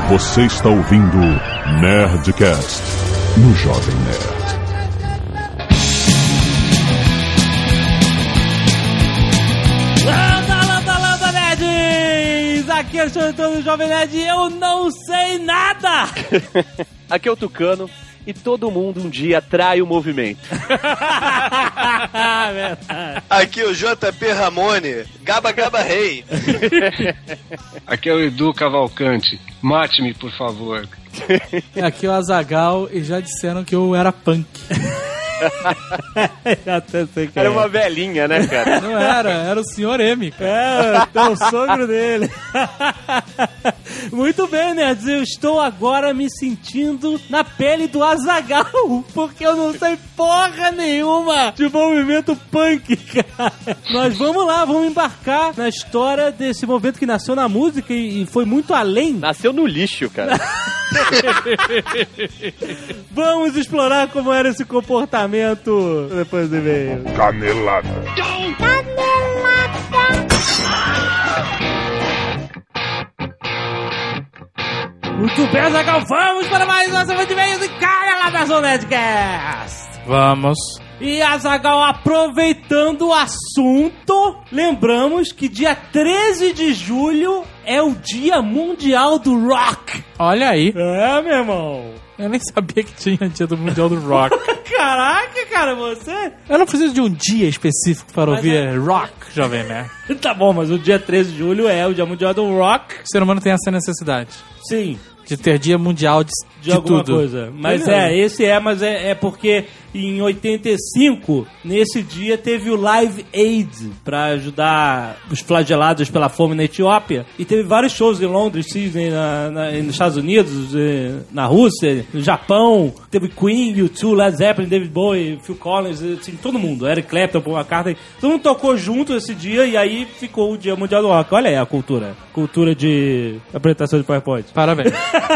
Você está ouvindo Nerdcast no Jovem Nerd. Landa, nerds! Aqui é o Xandão do Jovem Nerd e eu não sei nada! Aqui é o Tucano. E todo mundo um dia trai o movimento. Aqui é o JP Ramone, Gaba Gaba Rei. Aqui é o Edu Cavalcante. Mate-me, por favor. Aqui é o Azaghal e já disseram que eu era punk. Era uma velhinha, né, cara? Não era o Sr. M. É o sogro dele. Muito bem, nerds, eu estou agora me sentindo na pele do Azaghal, porque eu não sei porra nenhuma de movimento punk, cara. Nós vamos lá, vamos embarcar na história desse movimento que nasceu na música e foi muito além. Nasceu no lixo, cara. Vamos explorar como era esse comportamento depois do e-mail. Canelada. Muito bem, Azaghal, vamos para mais uma semana de e-mails e Canelada Nerdcast. Vamos. E Azaghal, aproveitando o assunto, lembramos que dia 13 de julho é o Dia Mundial do Rock. Olha aí. É, meu irmão. Eu nem sabia que tinha Dia do Mundial do Rock. Caraca, cara, você... Eu não preciso de um dia específico para ouvir rock, Jovem Nerd. Tá bom, mas o dia 13 de julho é o Dia Mundial do Rock. O ser humano tem essa necessidade. Sim. De ter dia mundial de alguma tudo. Coisa. Mas mas é porque em 85, nesse dia, teve o Live Aid pra ajudar os flagelados pela fome na Etiópia. E teve vários shows em Londres, Sydney, nos Estados Unidos, na Rússia, no Japão. Teve Queen, U2, Led Zeppelin, David Bowie, Phil Collins, assim, todo mundo. Eric Clapton, Paul McCartney. Todo mundo tocou junto esse dia e aí ficou o Dia Mundial do Rock. Olha aí a cultura. Cultura de apresentação de PowerPoint. Parabéns.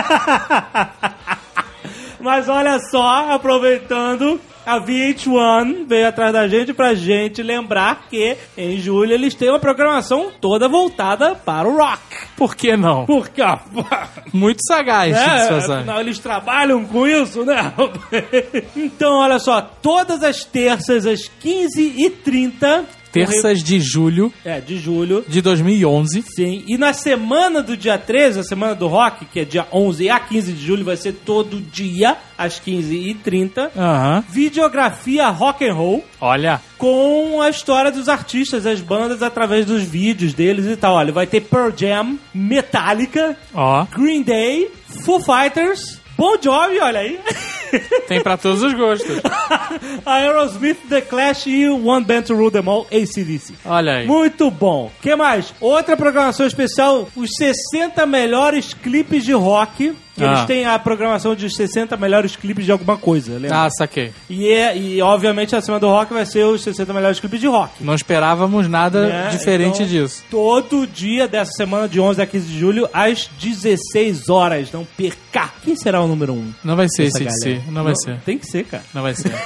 Mas olha só, aproveitando, a VH1 veio atrás da gente pra gente lembrar que em julho eles têm uma programação toda voltada para o rock. Por que não? Porque, muito sagaz. Afinal, eles trabalham com isso, né? Então, olha só, todas as terças às 15h30... Terças de julho. De julho. De 2011. Sim. E na semana do dia 13, a semana do rock, que é dia 11 a 15 de julho, vai ser todo dia, às 15h30. Videografia rock and roll. Olha. Com a história dos artistas, as bandas, através dos vídeos deles e tal. Olha, vai ter Pearl Jam, Metallica, Green Day, Foo Fighters... Bon Jovi, olha aí. Tem pra todos os gostos. Aerosmith, The Clash e One Band to Rule Them All, AC/DC. Olha aí. Muito bom. O que mais? Outra programação especial, os 60 melhores clipes de rock. Eles têm a programação de 60 melhores clipes de alguma coisa, lembra? Saquei. E obviamente a semana do rock vai ser os 60 melhores clipes de rock. Não esperávamos nada diferente disso. Todo dia dessa semana, de 11 a 15 de julho, às 16 horas. Não perca. Quem será o número 1? Não vai ser esse de si. Não vai ser. Tem que ser, cara. Não vai ser.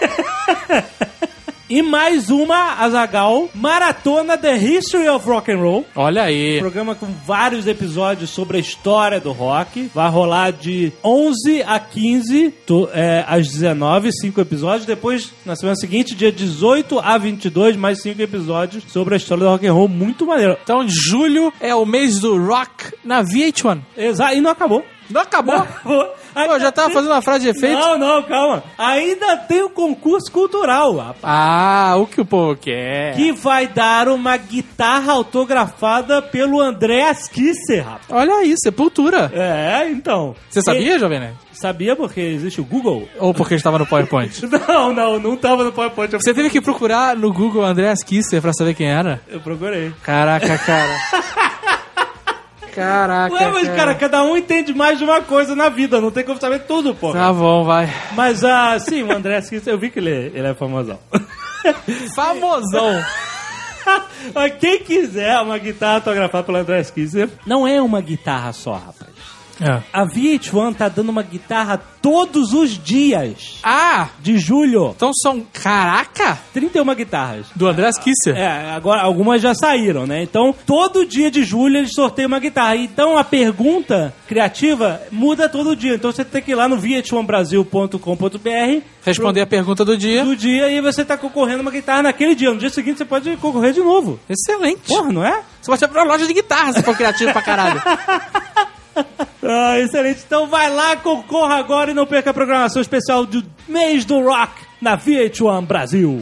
E mais uma, Azaghal, Maratona The History of Rock and Roll. Olha aí. Programa com vários episódios sobre a história do rock. Vai rolar de 11 a 15, às 19, 5 episódios. Depois, na semana seguinte, dia 18 a 22, mais 5 episódios sobre a história do rock and roll. Muito maneiro. Então, julho é o mês do rock na VH1. Exato, e não acabou. Não acabou? Pô, já tava fazendo uma frase de efeito? Não, calma. Ainda tem o concurso cultural, rapaz. O que o povo quer. Que vai dar uma guitarra autografada pelo Andreas Kisser, rapaz. Olha aí, Sepultura. Então. Você sabia, Jovem Nerd? Sabia porque existe o Google. Ou porque estava no PowerPoint? Não tava no PowerPoint. Você teve que procurar no Google Andreas Kisser pra saber quem era? Eu procurei. Caraca, cara. Caraca. Ué, mas, cara, cada um entende mais de uma coisa na vida. Não tem como saber tudo, pô. Tá bom, vai. Mas, sim, o André Kisser, eu vi que ele é famosão. Famosão. Mas quem quiser uma guitarra autografada pelo André Kisser, não é uma guitarra só, rapaz. A VH1 tá dando uma guitarra todos os dias. De julho. Então são... Caraca! 31 guitarras. Do Andreas Kisser. Agora algumas já saíram, né? Então, todo dia de julho eles sorteiam uma guitarra. Então, a pergunta criativa muda todo dia. Então, você tem que ir lá no vh1brasil.com.br responder a pergunta do dia. E você tá concorrendo uma guitarra naquele dia. No dia seguinte, você pode concorrer de novo. Excelente. Porra, não é? Você pode ir pra loja de guitarra se for criativo pra caralho. Excelente. Então vai lá, concorra agora e não perca a programação especial do mês do rock na VH1 Brasil.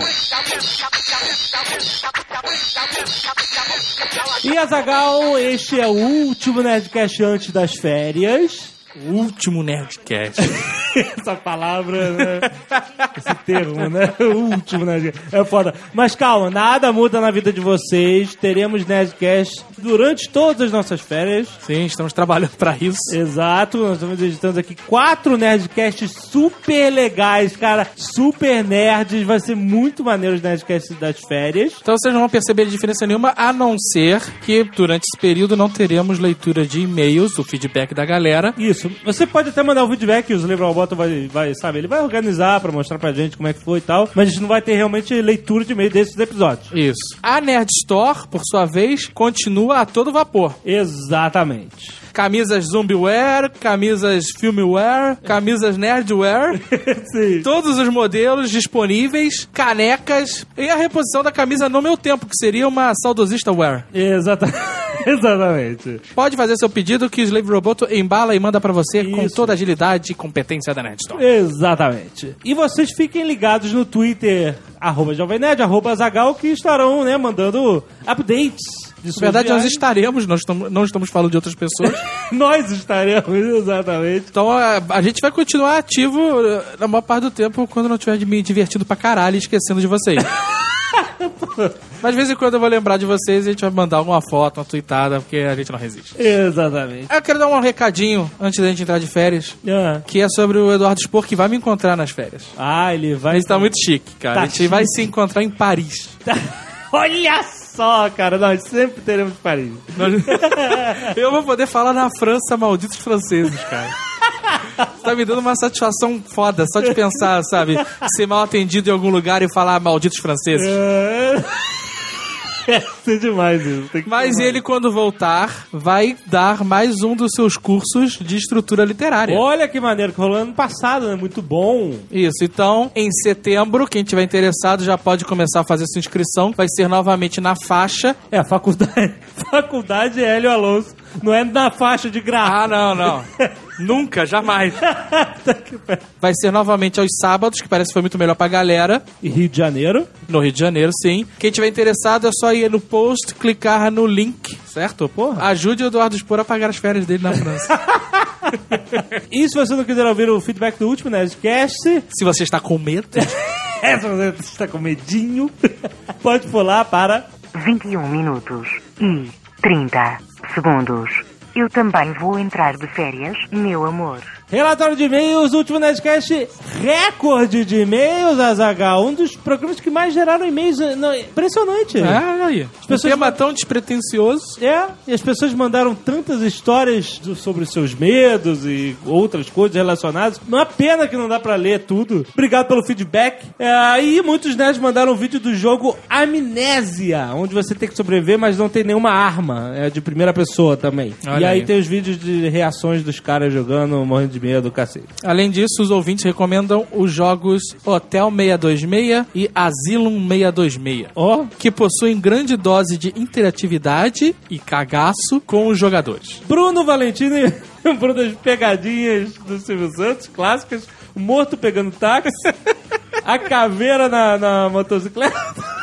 E Azaghal, este é o último Nerdcast antes das férias. O último Nerdcast. Essa palavra, né? Esse termo, né? O último Nerdcast. É foda. Mas calma, nada muda na vida de vocês. Teremos Nerdcast durante todas as nossas férias. Sim, estamos trabalhando pra isso. Exato. Nós estamos editando aqui 4 Nerdcasts super legais, cara. Super nerds. Vai ser muito maneiro os Nerdcasts das férias. Então vocês não vão perceber diferença nenhuma, a não ser que durante esse período não teremos leitura de e-mails, o feedback da galera. Isso. Você pode até mandar o feedback, o Livro Roboto vai, sabe, ele vai organizar pra mostrar pra gente como é que foi e tal, mas a gente não vai ter realmente leitura de e-mail desses episódios. Isso. A Nerd Store, por sua vez, continua a todo vapor. Exatamente. Camisas Zumbiware, camisas Filmware, camisas Nerdware. Sim. Todos os modelos disponíveis, canecas e a reposição da camisa No Meu Tempo, que seria uma saudosista wear. Exatamente. Pode fazer seu pedido que o Slave Roboto embala e manda pra você com toda a agilidade e competência da Nerd Store. Exatamente. E vocês fiquem ligados no Twitter, @Jovem Nerd, @Azaghal, que estarão, né, mandando updates. Na verdade, nós estaremos, não estamos falando de outras pessoas. Nós estaremos, exatamente. Então, a gente vai continuar ativo na maior parte do tempo quando não estiver me divertindo pra caralho e esquecendo de vocês. Mas de vez em quando eu vou lembrar de vocês e a gente vai mandar alguma foto, uma tweetada, porque a gente não resiste. Exatamente. Eu quero dar um recadinho antes da gente entrar de férias, que é sobre o Eduardo Spor, que vai me encontrar nas férias. Ele vai... Ele tá muito chique, cara. Tá a gente chique. vai se encontrar em Paris. Olha só, cara. Nós sempre teremos Paris. Eu vou poder falar na França, malditos franceses, cara. Você tá me dando uma satisfação foda, só de pensar, sabe? Ser mal atendido em algum lugar e falar malditos franceses. É demais isso. Mas ele, quando voltar, vai dar mais um dos seus cursos de estrutura literária. Olha que maneiro, que rolou ano passado, né? Muito bom. Isso, então, em setembro, quem tiver interessado já pode começar a fazer sua inscrição. Vai ser novamente na faixa. A faculdade Hélio Alonso. Não é na faixa de graça. Não. Nunca, jamais. Vai ser novamente aos sábados, que parece que foi muito melhor pra galera. E Rio de Janeiro? No Rio de Janeiro, sim. Quem tiver interessado é só ir no post, clicar no link, certo? Porra. Ajude o Eduardo Spor a pagar as férias dele na França. E se você não quiser ouvir o feedback do último Nerdcast... Se você está com medo... se você está com medinho, pode pular para... 21 minutos e 30 segundos. Eu também vou entrar de férias, meu amor. Relatório de e-mails, último Nerdcast, recorde de e-mails, Azaghal. Um dos programas que mais geraram e-mails. Impressionante. Aí. Um tema tão despretensioso. E as pessoas mandaram tantas histórias sobre os seus medos e outras coisas relacionadas. Uma pena que não dá pra ler tudo. Obrigado pelo feedback. E muitos nerds mandaram um vídeo do jogo Amnésia, onde você tem que sobreviver, mas não tem nenhuma arma. É de primeira pessoa também. Olha e aí aí tem os vídeos de reações dos caras jogando, morrendo de medo, cacete. Além disso, os ouvintes recomendam os jogos Hotel 626 e Asylum 626, que possuem grande dose de interatividade e cagaço com os jogadores. Bruno Valentino lembrou das pegadinhas do Silvio Santos, clássicas, o morto pegando táxi, a caveira na motocicleta.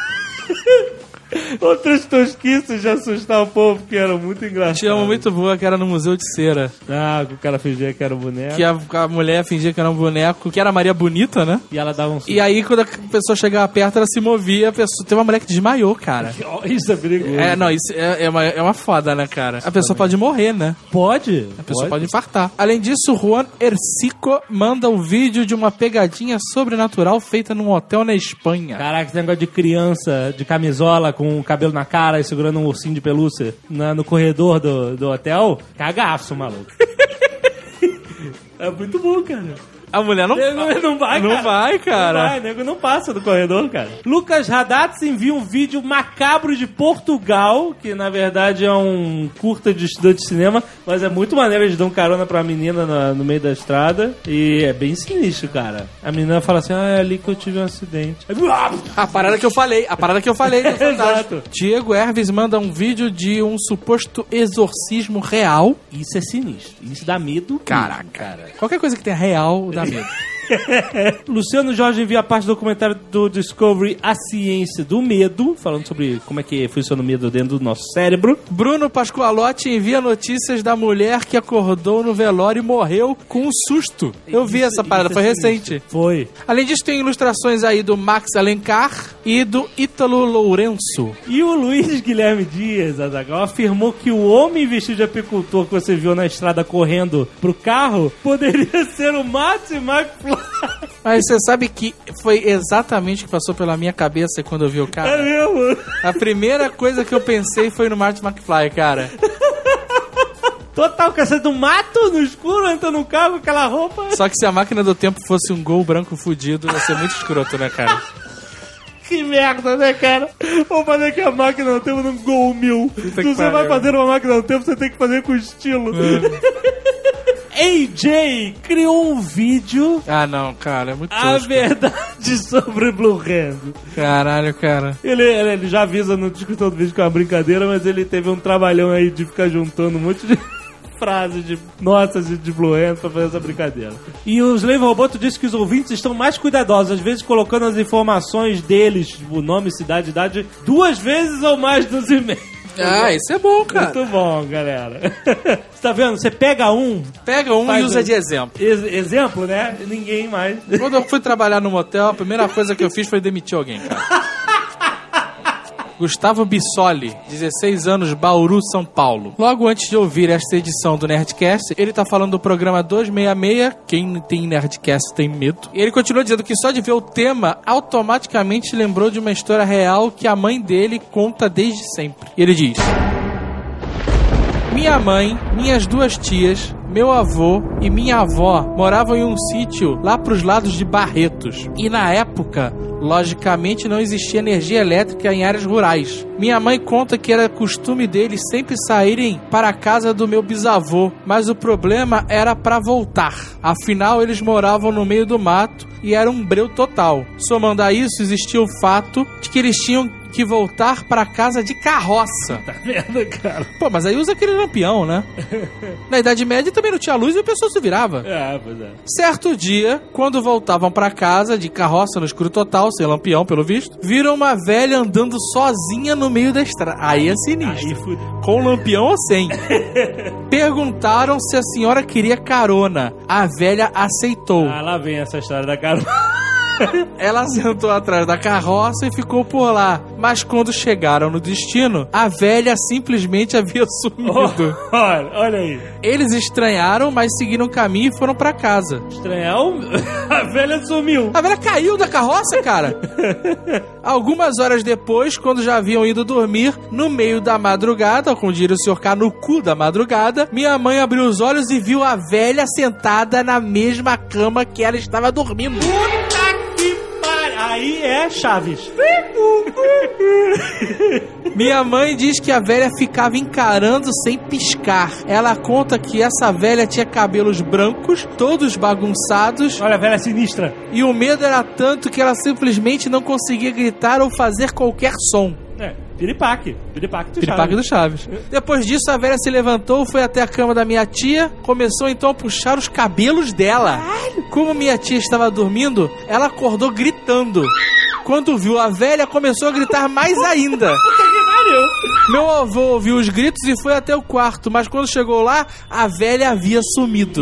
Outras tosquices de assustar o povo que eram muito engraçadas. Tinha uma muito boa que era no Museu de Cera. Que o cara fingia que era um boneco. Que a mulher fingia que era um boneco, que era a Maria Bonita, né? E ela dava um susto. E aí, quando a pessoa chegava perto, ela se movia. Tem uma mulher que desmaiou, cara. Isso é perigoso. Isso é uma foda, né, cara? A pessoa pode morrer, né? Pode. A pessoa pode infartar. Além disso, Juan Ercico manda um vídeo de uma pegadinha sobrenatural feita num hotel na Espanha. Caraca, esse negócio de criança de camisola com o cabelo na cara e segurando um ursinho de pelúcia no corredor do hotel. Cagaço, maluco. É muito bom, cara. A mulher não vai, Não vai, cara. Não vai, cara. Não vai, nego não passa do corredor, cara. Lucas Haddad envia um vídeo macabro de Portugal, que na verdade é um curta de estudante de cinema, mas é muito maneiro, eles dão carona pra menina no meio da estrada, e é bem sinistro, cara. A menina fala assim, é ali que eu tive um acidente. A parada que eu falei do fantasma. Exato. Diego Herves manda um vídeo de um suposto exorcismo real. Isso é sinistro, isso dá medo. Caraca, cara. Qualquer coisa que tenha real dá medo. Luciano Jorge envia a parte do documentário do Discovery A Ciência do Medo, falando sobre como é que funciona o medo dentro do nosso cérebro. Bruno Pascoalotti envia notícias da mulher que acordou no velório e morreu com um susto. Eu vi essa parada, foi recente. Foi. Além disso, tem ilustrações aí do Max Alencar e do Ítalo Lourenço. E o Luiz Guilherme Dias, Azaghal, afirmou que o homem vestido de apicultor que você viu na estrada correndo pro carro poderia ser o Marty McFly. Mas você sabe que foi exatamente o que passou pela minha cabeça quando eu vi o cara? É mesmo? A primeira coisa que eu pensei foi no Marty McFly, cara. Total, caçando do mato no escuro, entrando no carro com aquela roupa. Só que se a máquina do tempo fosse um Gol branco fudido, ia ser muito escroto, né, cara? Que merda, né, cara? Vamos fazer aqui a máquina do tempo num Gol 1000. Se você vai fazer uma máquina do tempo, você tem que fazer com estilo. AJ criou um vídeo. Ah, não, cara, é muito tosco. A verdade sobre Blue Hand. Caralho, cara. Ele já avisa no descrição do vídeo que é uma brincadeira, mas ele teve um trabalhão aí de ficar juntando um monte de frases de nossas de Blue Hand pra fazer essa brincadeira. E o Slave Roboto disse que os ouvintes estão mais cuidadosos, às vezes colocando as informações deles, o nome, cidade, idade, 2 vezes ou mais nos e-mails. Ah, isso é bom, cara. Muito bom, galera. Você tá vendo? Você pega um e usa de exemplo. Exemplo, né? Ninguém mais. Quando eu fui trabalhar no motel, a primeira coisa que eu fiz foi demitir alguém, cara. Gustavo Bissoli, 16 anos, Bauru, São Paulo. Logo antes de ouvir esta edição do Nerdcast, ele tá falando do programa 266, quem tem Nerdcast tem medo. E ele continua dizendo que só de ver o tema, automaticamente lembrou de uma história real que a mãe dele conta desde sempre. E ele diz: minha mãe, minhas 2 tias, meu avô e minha avó moravam em um sítio lá pros lados de Barretos. E na época, logicamente, não existia energia elétrica em áreas rurais. Minha mãe conta que era costume deles sempre saírem para a casa do meu bisavô, mas o problema era para voltar. Afinal, eles moravam no meio do mato e era um breu total. Somando a isso, existia o fato de que eles tinham que voltar para casa de carroça. Tá vendo, cara? Pô, mas aí usa aquele lampião, né? Na Idade Média também não tinha luz e a pessoa se virava. Pois é. Certo dia, quando voltavam para casa de carroça no escuro total, sem lampião, pelo visto, viram uma velha andando sozinha no meio da estrada. Aí é sinistro. Aí fudeu. Com lampião ou sem. Perguntaram se a senhora queria carona. A velha aceitou. Ah, lá vem essa história da carona. Ela sentou atrás da carroça e ficou por lá. Mas quando chegaram no destino, a velha simplesmente havia sumido. Olha aí. Eles estranharam, mas seguiram o caminho e foram pra casa. Estranhar? A velha sumiu. A velha caiu da carroça, cara. Algumas horas depois, quando já haviam ido dormir, no meio da madrugada, como diria o senhor K, no cu da madrugada, minha mãe abriu os olhos e viu a velha sentada na mesma cama que ela estava dormindo. Puta que pariu. Aí é Chaves. Minha mãe diz que a velha ficava encarando sem piscar. Ela conta que essa velha tinha cabelos brancos, todos bagunçados. Olha, a velha sinistra. E o medo era tanto que ela simplesmente não conseguia gritar ou fazer qualquer som. Piripaque do Chaves. Depois disso, a velha se levantou, foi até a cama da minha tia, começou então a puxar os cabelos dela. Como minha tia estava dormindo, ela acordou gritando. Quando viu a velha, começou a gritar mais ainda. Meu avô ouviu os gritos e foi até o quarto, mas quando chegou lá, a velha havia sumido.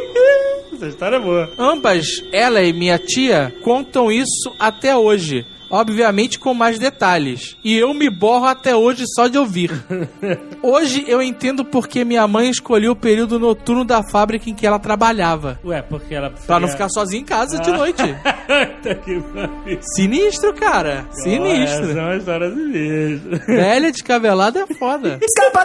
Essa história é boa. Ambas, ela e minha tia, contam isso até hoje. obviamente com mais detalhes. E eu me borro até hoje só de ouvir. Hoje eu entendo porque minha mãe escolheu o período noturno da fábrica em que ela trabalhava. Ué, porque ela... Pra não ficar sozinha em casa de noite. Sinistro, cara. Sinistro. São as histórias mesmo. Velha descabelada é foda.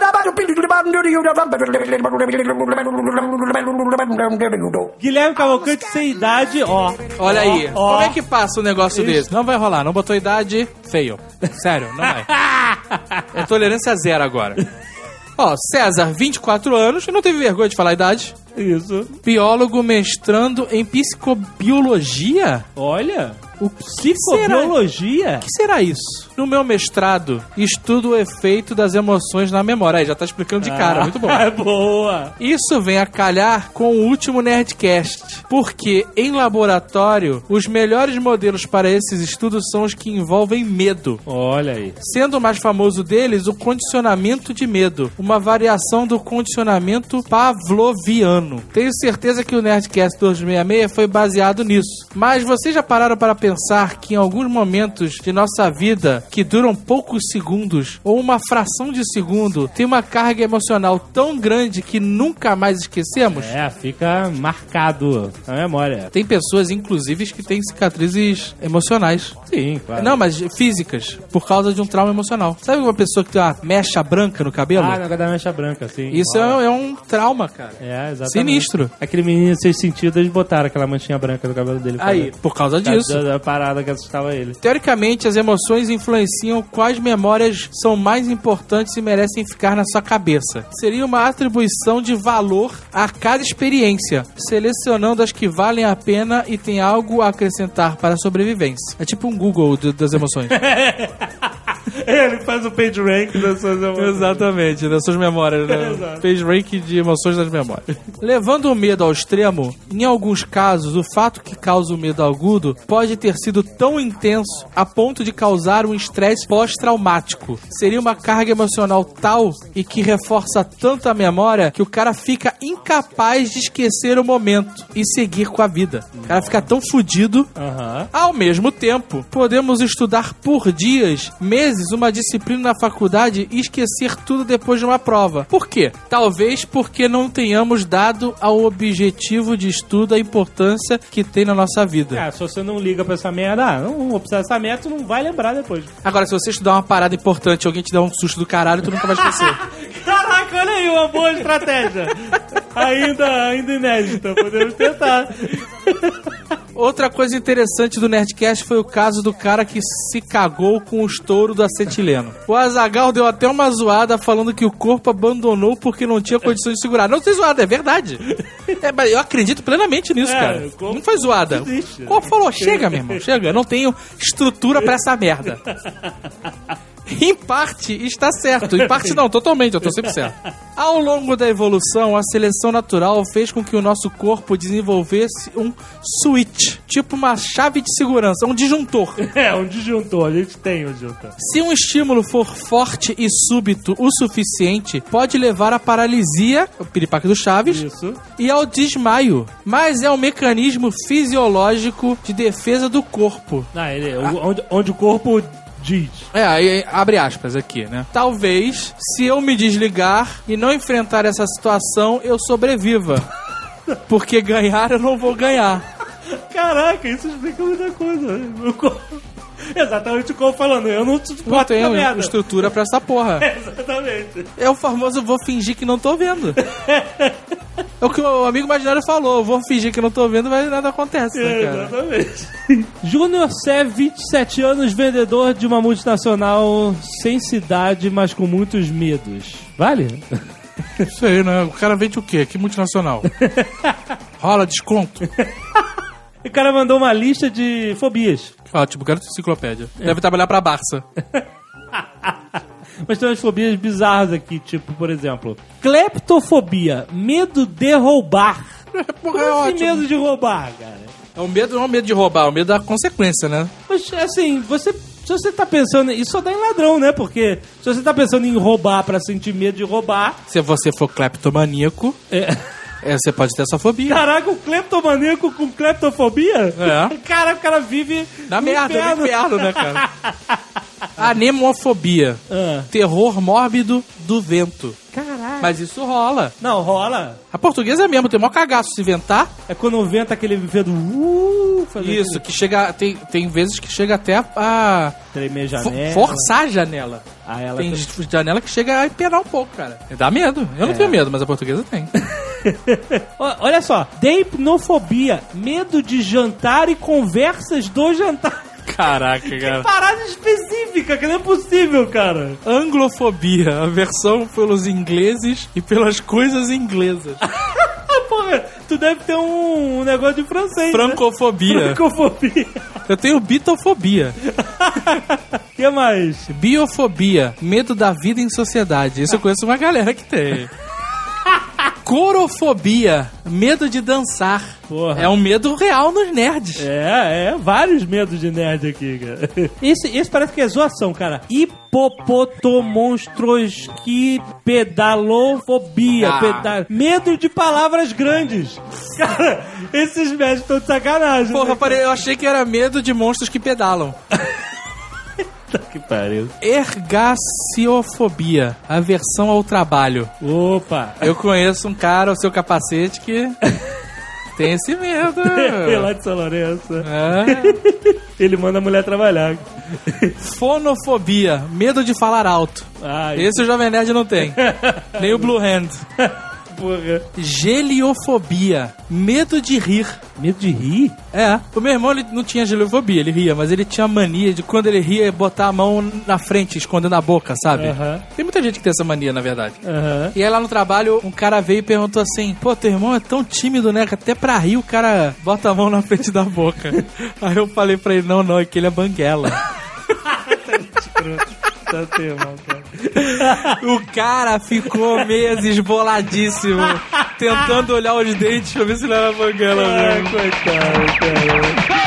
Guilherme Cavalcante sem idade, ó. Olha aí. Ó. Como é que passa um negócio desse? Não vai rolar. Não botou idade, feio. Sério, não vai. É tolerância zero agora. Ó, César, 24 anos, não teve vergonha de falar a idade. Isso. Biólogo mestrando em psicobiologia? Olha, O que psicobiologia? O que será isso? No meu mestrado, estudo o efeito das emoções na memória. Aí já tá explicando de cara, muito bom. Boa. Isso vem a calhar com o último Nerdcast, porque em laboratório, os melhores modelos para esses estudos são os que envolvem medo. Olha aí. Sendo o mais famoso deles, o condicionamento de medo, uma variação do condicionamento pavloviano. Tenho certeza que o Nerdcast 266 foi baseado nisso. Mas vocês já pararam para pensar que em alguns momentos de nossa vida, que duram poucos segundos, ou uma fração de segundo, tem uma carga emocional tão grande que nunca mais esquecemos? É, fica marcado na memória. Tem pessoas, inclusive, que têm cicatrizes emocionais. Sim, claro. Não, mas físicas, por causa de um trauma emocional. Sabe uma pessoa que tem uma mecha branca no cabelo? Ah, na da mecha branca, sim. Isso é um trauma, cara. É, exatamente. Sinistro. Aquele menino sem sentido, eles botaram aquela manchinha branca no cabelo dele. Aí, por causa disso. Da parada que assustava ele. Teoricamente, as emoções influenciam quais memórias são mais importantes e merecem ficar na sua cabeça. Seria uma atribuição de valor a cada experiência, selecionando as que valem a pena e tem algo a acrescentar para a sobrevivência. É tipo um Google das emoções. Ele faz o page rank das suas emoções. Exatamente, das suas memórias, né? Exato. Page rank de emoções das memórias. Levando o medo ao extremo, em alguns casos, o fato que causa o medo agudo pode ter sido tão intenso a ponto de causar um estresse pós-traumático. Seria uma carga emocional tal e que reforça tanto a memória que o cara fica incapaz de esquecer o momento e seguir com a vida. O cara fica tão fudido. Ao mesmo tempo, podemos estudar por dias, meses, uma disciplina na faculdade e esquecer tudo depois de uma prova. Por quê? Talvez porque não tenhamos dado ao objetivo de estudo a importância que tem na nossa vida. Cara, se você não liga pra essa merda, não vou precisar dessa merda, tu não vai lembrar depois. Agora, se você estudar uma parada importante e alguém te der um susto do caralho, tu nunca vai esquecer. Caraca, olha aí, uma boa estratégia. ainda inédita, podemos tentar. Outra coisa interessante do Nerdcast foi o caso do cara que se cagou com o estouro do acetileno. O Azaghal deu até uma zoada falando que o corpo abandonou porque não tinha condição de segurar. Não foi zoada, é verdade. Mas eu acredito plenamente nisso, cara. Não foi zoada. O corpo falou, chega, meu irmão, chega. Eu não tenho estrutura pra essa merda. Em parte, está certo. Em parte não, totalmente, eu tô sempre certo. Ao longo da evolução, a seleção natural fez com que o nosso corpo desenvolvesse um switch, tipo uma chave de segurança, um disjuntor. É, um disjuntor, a gente tem um disjuntor. Se um estímulo for forte e súbito o suficiente, pode levar à paralisia, o piripaque do Chaves, isso, e ao desmaio. Mas é um mecanismo fisiológico de defesa do corpo. Onde o corpo diz. Aí abre aspas aqui, né? Talvez, se eu me desligar e não enfrentar essa situação, eu sobreviva. Porque ganhar eu não vou ganhar. Caraca, isso explica muita coisa. Exatamente o que eu falando, eu não tenho estrutura pra essa porra. Exatamente. É o famoso vou fingir que não tô vendo. É o que o amigo imaginário falou, vou fingir que não tô vendo, mas nada acontece, né, cara? Exatamente. Júnior Sé, 27 anos, vendedor de uma multinacional sem cidade, mas com muitos medos. Vale? Isso aí, né? O cara vende o quê? Que multinacional? Rola desconto? O cara mandou uma lista de fobias. Ótimo, quero enciclopédia. Deve trabalhar pra Barça. Mas tem umas fobias bizarras aqui, tipo, por exemplo, cleptofobia, medo de roubar. Porra, é ótimo. Medo de roubar, cara. É o medo, não é o medo de roubar, é o medo da consequência, né? Mas, assim, se você tá pensando... Isso só dá em ladrão, né? Porque se você tá pensando em roubar pra sentir medo de roubar... Se você for cleptomaníaco... Você pode ter essa fobia. Caraca, o cleptomaníaco com cleptofobia? É. Cara, o cara vive Na no merda, no inferno, né, cara? Anemofobia. Ah. Terror mórbido do vento. Caralho. Mas isso rola. Não, rola. A portuguesa é mesmo, tem maior cagaço se ventar. É quando o vento, aquele vento... Isso, que chega... Tem vezes que chega até a tremer janela. forçar a janela. Ah, ela Tem janela que chega a empenar um pouco, cara. Dá medo. Eu não tenho medo, mas a portuguesa tem. Olha só. Deipnofobia. Medo de jantar e conversas do jantar. Caraca, cara. Parada específica, que não é possível, cara. Anglofobia. Aversão pelos ingleses e pelas coisas inglesas. Porra, tu deve ter um negócio de francês, Francofobia. né? Francofobia. Eu tenho bitofobia. O que mais? Biofobia. Medo da vida em sociedade. Isso eu conheço uma galera que tem. Corofobia. Medo de dançar. Porra. É um medo real nos nerds. Vários medos de nerd aqui, cara. Esse parece que é zoação, cara. Hipopotomonstrosquipedalofobia. Medo de palavras grandes. Cara, esses médicos estão de sacanagem. Porra, né, eu achei que era medo de monstros que pedalam. que pariu. Ergaciofobia. Aversão ao trabalho. Opa. Eu conheço um cara, o seu capacete, que... tem esse medo. Lá de São Lourenço. É. Ele manda a mulher trabalhar. Fonofobia. Medo de falar alto. Esse o Jovem Nerd não tem. Nem o Blue Hand. Porra. Geliofobia. Medo de rir. Medo de rir? É. O meu irmão, ele não tinha geliofobia, ele ria, mas ele tinha mania de, quando ele ria, botar a mão na frente, escondendo a boca, sabe? Tem muita gente que tem essa mania, na verdade. E aí lá no trabalho, um cara veio e perguntou assim: pô, teu irmão é tão tímido, né, que até pra rir o cara bota a mão na frente da boca. Aí eu falei pra ele: não, é que ele é banguela. O cara ficou meses boladíssimo, tentando olhar os dentes pra ver se não era banguela mesmo. Coitado, cara.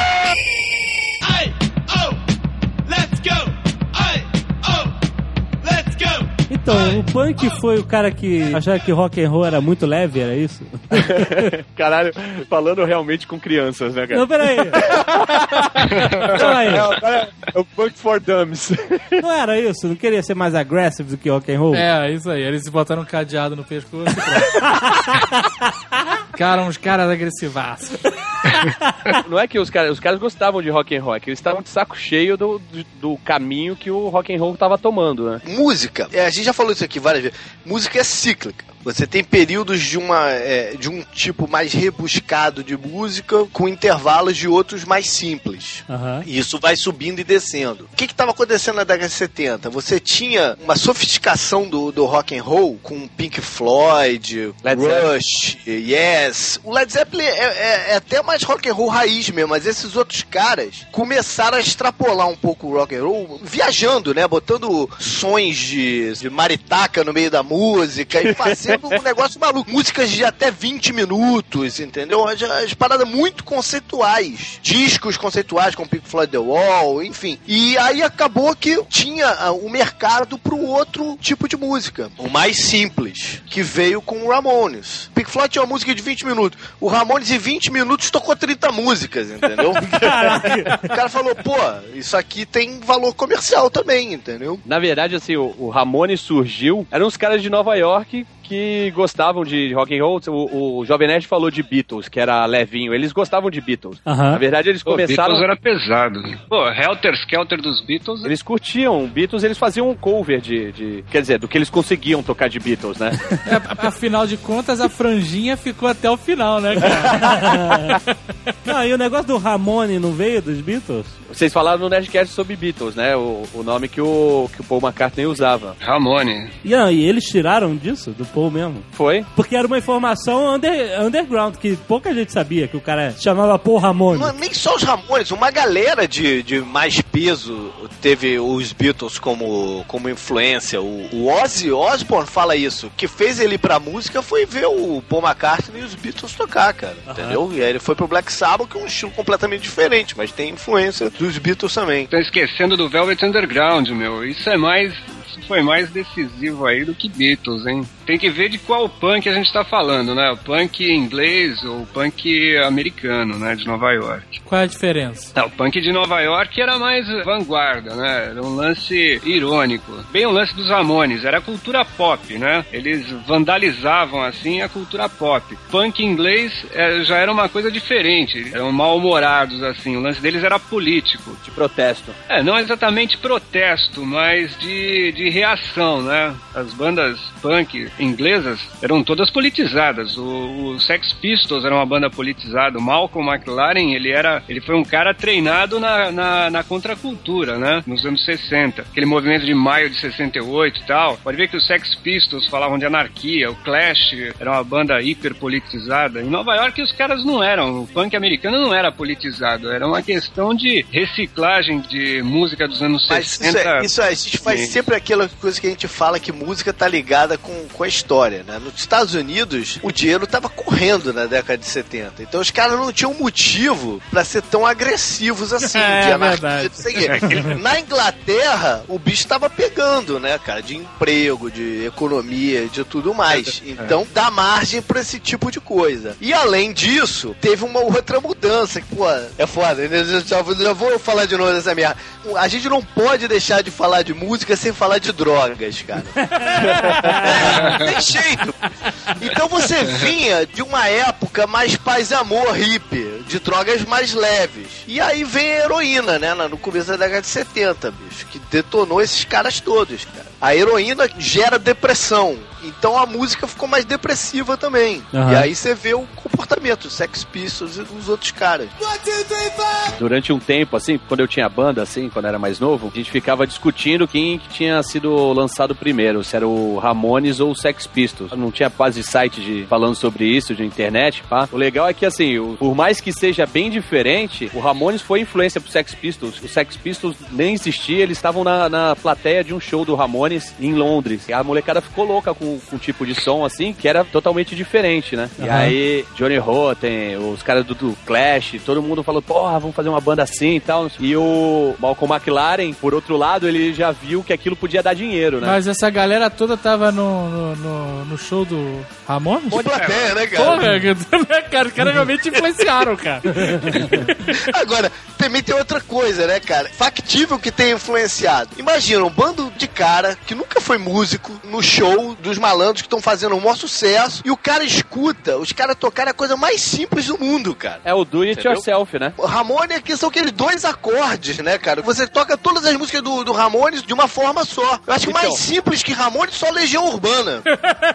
Então, o Punk foi o cara que achava que rock and roll era muito leve, era isso? Caralho, falando realmente com crianças, né, cara? Não, peraí. É o Punk for Dummies. Não era isso? Não queria ser mais agressivo do que rock and roll? É, isso aí. Eles botaram um cadeado no pescoço e pronto. Cara, uns caras agressivaços. Não é que os caras gostavam de rock and roll, é que eles estavam de saco cheio do caminho que o rock and roll tava tomando, né? Música, a gente já falou isso aqui várias vezes, música é cíclica. Você tem períodos de um tipo mais rebuscado de música com intervalos de outros mais simples. E isso vai subindo e descendo. O que estava acontecendo na década de 70? Você tinha uma sofisticação do rock and roll com Pink Floyd, Rush, Yes. O Led Zeppelin é até mais rock and roll raiz mesmo, mas esses outros caras começaram a extrapolar um pouco o rock and roll, viajando, né? Botando sons de maritaca no meio da música e fazendo um negócio maluco. Músicas de até 20 minutos, entendeu? As paradas muito conceituais. Discos conceituais, como Pink Floyd The Wall, enfim. E aí acabou que tinha um mercado pro outro tipo de música. O mais simples, que veio com o Ramones. Pink Floyd tinha uma música de 20 minutos. O Ramones em 20 minutos tocou 30 músicas, entendeu? O cara falou, pô, isso aqui tem valor comercial também, entendeu? Na verdade, assim, o Ramones surgiu, eram uns caras de Nova York que gostavam de rock and roll. O Jovem Nerd falou de Beatles, que era levinho. Eles gostavam de Beatles. Na verdade, eles começaram... Beatles era pesado. Pô, Helter Skelter dos Beatles... Eles curtiam Beatles, eles faziam um cover quer dizer, do que eles conseguiam tocar de Beatles, né? Afinal de contas, a franjinha ficou até o final, né, cara? Não, e o negócio do Ramone não veio dos Beatles? Vocês falaram no Nerdcast sobre Beatles, né? O nome que o Paul McCartney usava. Ramone. E eles tiraram disso, do Paul mesmo? Foi? Porque era uma informação underground, que pouca gente sabia, que o cara chamava Paul Ramone. Não, nem só os Ramones, uma galera de mais peso teve os Beatles como influência. O Ozzy Osbourne fala isso. O que fez ele ir pra música foi ver o Paul McCartney e os Beatles tocar, cara. Entendeu? E aí ele foi pro Black Sabbath, que é um estilo completamente diferente, mas tem influência dos Beatles também. Tá esquecendo do Velvet Underground, meu. Isso é mais foi mais decisivo aí do que Beatles, hein? Tem que ver de qual punk a gente tá falando, né? O punk inglês ou o punk americano, né? De Nova York. Qual é a diferença? O punk de Nova York era mais vanguarda, né? Era um lance irônico. Bem o lance dos Ramones, era a cultura pop, né? Eles vandalizavam, assim, a cultura pop. Punk inglês já era uma coisa diferente. Eram mal-humorados, assim. O lance deles era político. De protesto. Não exatamente protesto, mas de reação, né? As bandas punk inglesas eram todas politizadas. O Sex Pistols era uma banda politizada. O Malcolm McLaren, ele foi um cara treinado na contracultura, né? Nos anos 60. Aquele movimento de maio de 68 e tal. Pode ver que os Sex Pistols falavam de anarquia. O Clash era uma banda hiper politizada. Em Nova York os caras não eram. O punk americano não era politizado. Era uma questão de reciclagem de música dos anos 60. Mas a gente faz sempre aquela coisa que a gente fala que música tá ligada com a história, né? Nos Estados Unidos, o dinheiro tava correndo na década de 70. Então os caras não tinham motivo pra ser tão agressivos assim. É verdade. Na Inglaterra, o bicho tava pegando, né, cara? De emprego, de economia, de tudo mais. Então dá margem pra esse tipo de coisa. E além disso, teve uma outra mudança que, pô, é foda. Já vou falar de novo dessa merda. A gente não pode deixar de falar de música sem falar de drogas, cara. Não tem jeito. Então você vinha de uma época mais paz e amor, hippie, de drogas mais leves. E aí vem a heroína, né, no começo da década de 70, bicho, que detonou esses caras todos, cara. A heroína gera depressão. Então a música ficou mais depressiva também. E aí você vê o comportamento dos Sex Pistols e dos outros caras. Durante um tempo, assim, quando eu tinha banda, assim, quando eu era mais novo, a gente ficava discutindo quem que tinha sido lançado primeiro, se era o Ramones ou o Sex Pistols. Não tinha quase site falando sobre isso, de internet, pá. O legal é que, assim, por mais que seja bem diferente, o Ramones foi influência pro Sex Pistols. O Sex Pistols nem existia, eles estavam na plateia de um show do Ramones em Londres. E a molecada ficou louca com um tipo de som, assim, que era totalmente diferente, né? E aí, Johnny Rotten, os caras do Clash, todo mundo falou, porra, vamos fazer uma banda assim e tal. E o Malcolm McLaren, por outro lado, ele já viu que aquilo podia dar dinheiro, né? Mas essa galera toda tava no show do Ramones? De plateia, né, cara? Porra, cara, os caras realmente influenciaram, cara. Agora, também tem outra coisa, né, cara? Factível que tenha influenciado. Imagina, um bando de cara que nunca foi músico no show dos malandros que estão fazendo um maior sucesso e o cara escuta os caras tocarem a coisa mais simples do mundo, cara. É o do it yourself, né? O Ramones aqui são aqueles 2 acordes, né, cara? Você toca todas as músicas do Ramones de uma forma só. Eu acho que mais simples que Ramones só Legião Urbana.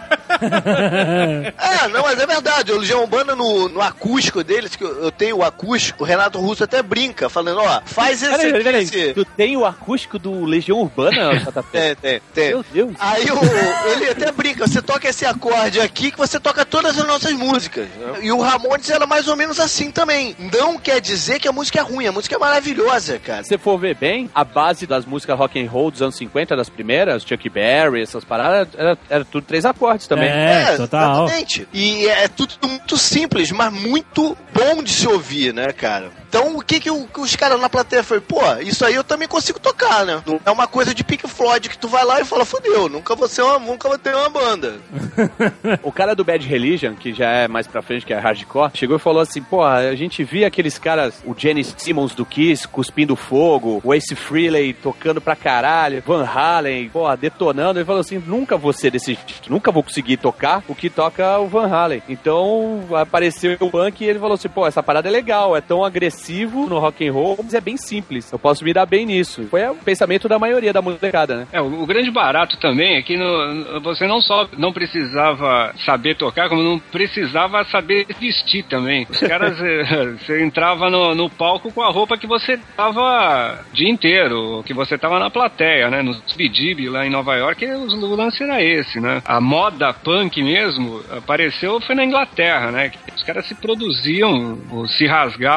Não, mas é verdade. O Legião Urbana no acústico deles, que eu tenho o acústico, o Renato Russo até brinca, falando, ó, faz esse... Peraí. Tu tem o acústico do Legião Urbana, JP? Tem. Meu Deus. Aí ele até brinca, você toca esse acorde aqui que você toca todas as nossas músicas. E o Ramones era mais ou menos assim também. Não quer dizer que a música é ruim, a música é maravilhosa, cara. Se você for ver bem, a base das músicas rock and roll dos anos 50, das primeiras, Chuck Berry, essas paradas, era tudo 3 acordes também. Total. Exatamente. E é tudo muito simples, mas muito bom de se ouvir, né, cara? Então, o que os caras na plateia foi? Pô, isso aí eu também consigo tocar, né? Não é uma coisa de Pink Floyd que tu vai lá e fala, fodeu, nunca vou ter uma banda. O cara do Bad Religion, que já é mais pra frente, que é hardcore, chegou e falou assim, pô, a gente via aqueles caras, o Gene Simmons do Kiss, cuspindo fogo, o Ace Frehley tocando pra caralho, Van Halen, pô, detonando. Ele falou assim, nunca vou ser desse jeito, nunca vou conseguir tocar o que toca o Van Halen. Então, apareceu o punk e ele falou assim, pô, essa parada é legal, é tão agressivo no rock and roll, mas é bem simples. Eu posso me dar bem nisso. Foi o pensamento da maioria da molecada, né? O grande barato também é que você não só não precisava saber tocar, como não precisava saber vestir também. Os caras, você entrava no palco com a roupa que você tava o dia inteiro, que você tava na plateia, né? No Speedib, lá em Nova York, o lance era esse, né? A moda punk mesmo apareceu, foi na Inglaterra, né? Os caras se produziam, se rasgavam pra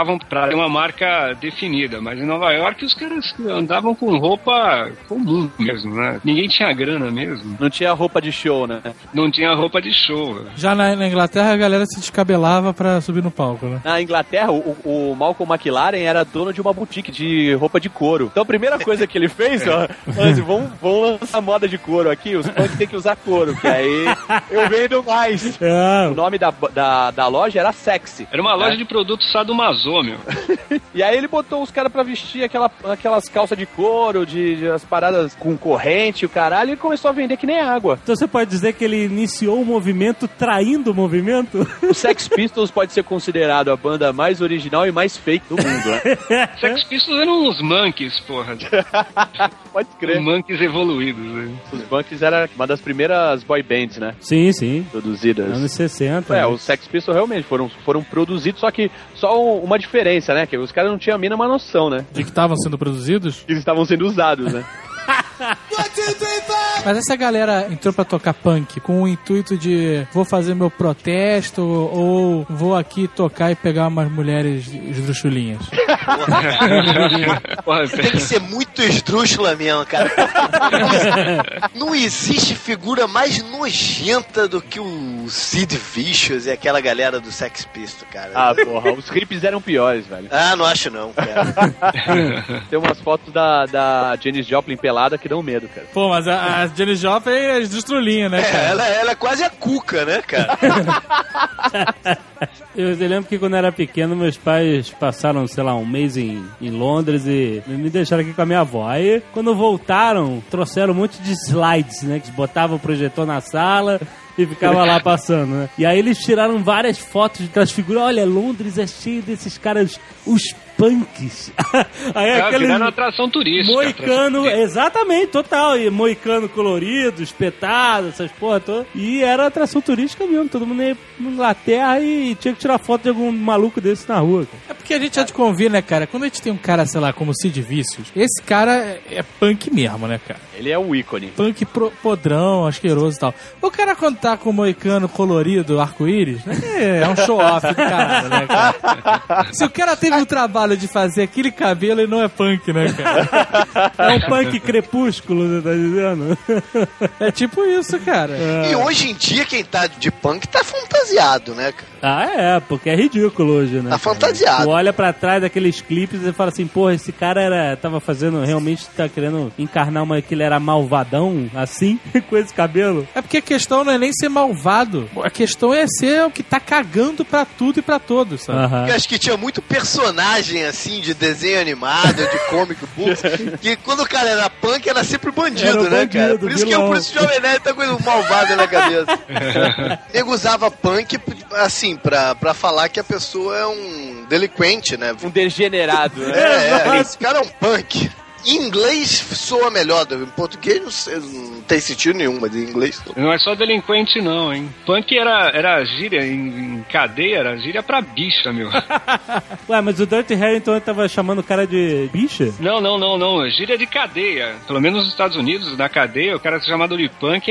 ter uma marca definida, mas em Nova York os caras andavam com roupa comum mesmo, né? Ninguém tinha grana mesmo. Não tinha roupa de show, né? Não tinha roupa de show. Já na Inglaterra a galera se descabelava pra subir no palco, né? Na Inglaterra, o Malcolm McLaren era dono de uma boutique de roupa de couro. Então a primeira coisa que ele fez, ó, vamos lançar moda de couro aqui, os punk tem que usar couro, que aí eu vendo mais. O nome da loja era Sexy. Era uma loja de produtos sadomaso, meu. E aí ele botou os caras pra vestir aquelas calças de couro, as paradas com corrente, o caralho, e começou a vender que nem água. Então você pode dizer que ele iniciou o movimento traindo o movimento? O Sex Pistols pode ser considerado a banda mais original e mais fake do mundo, né? Sex Pistols eram uns monkeys, porra. Pode crer. Monkeys evoluídos, né? Os monkeys era uma das primeiras boy bands, né? Sim, sim. Produzidas. Anos 60. Né? Os Sex Pistols realmente foram produzidos, só uma diferença, né? Que os caras não tinham a mínima noção, né? De que estavam sendo produzidos? Que eles estavam sendo usados, né? Mas essa galera entrou pra tocar punk com o intuito de vou fazer meu protesto ou vou aqui tocar e pegar umas mulheres esdrúxulinhas. Tem que ser muito esdrúxula mesmo, cara. Não existe figura mais nojenta do que o Sid Vicious e aquela galera do Sex Pistols, cara. Ah, porra, os hippies eram piores, velho. Ah, não acho não, cara. Tem umas fotos da Janis Joplin pelada que dão medo, cara. Pô, mas a Janis Joplin é esdrúxulinha, né, cara? Ela é quase a Cuca, né, cara? Eu lembro que quando eu era pequeno, meus pais passaram, sei lá, um mês em Londres e me deixaram aqui com a minha avó. Aí, quando voltaram, trouxeram um monte de slides, né? Que botavam o projetor na sala e ficava lá passando, né? E aí eles tiraram várias fotos daquelas figuras. Olha, Londres é cheio desses caras, os punks. Aí aquele viraram atração turística. Moicano, exatamente, total. E moicano colorido, espetado, essas porra todas. E era atração turística mesmo. Todo mundo ia na Inglaterra e tinha que tirar foto de algum maluco desse na rua, cara. É porque a gente já te convir, né, cara? Quando a gente tem um cara, sei lá, como o Sid Vicious, esse cara é punk mesmo, né, cara? Ele é um ícone. Punk podrão, asqueroso e tal. O cara, quando tá com o moicano colorido, arco-íris, né, é um show-off do caralho, né, cara? Se o cara teve o trabalho de fazer aquele cabelo, ele não é punk, né, cara? É um punk crepúsculo, você tá dizendo? É tipo isso, cara. E hoje em dia, quem tá de punk tá fantasiado, né, cara? Ah, porque é ridículo hoje, né? Tá fantasiado. Tu olha pra trás daqueles clipes e fala assim, porra, esse cara tava fazendo, realmente tá querendo encarnar que ele era malvadão, assim, com esse cabelo. É porque a questão não é nem ser malvado, a questão é ser o que tá cagando pra tudo e pra todos, sabe? Eu acho que tinha muito personagem, assim, de desenho animado, de comic books, que quando o cara era punk, era sempre bandido, né, cara? Por isso que o Jovem Nerd tá com um malvado na cabeça. Ele usava punk, assim, pra falar que a pessoa é um delinquente, né? Um degenerado, né? Esse cara é um punk. Em inglês soa melhor, em português não tem sentido nenhum, mas em inglês... Não é só delinquente não, hein? Punk era gíria, em cadeia era gíria pra bicha, meu. Ué, mas o Dirty Harry então ele tava chamando o cara de bicha? Não, gíria de cadeia. Pelo menos nos Estados Unidos, na cadeia, o cara chamado de punk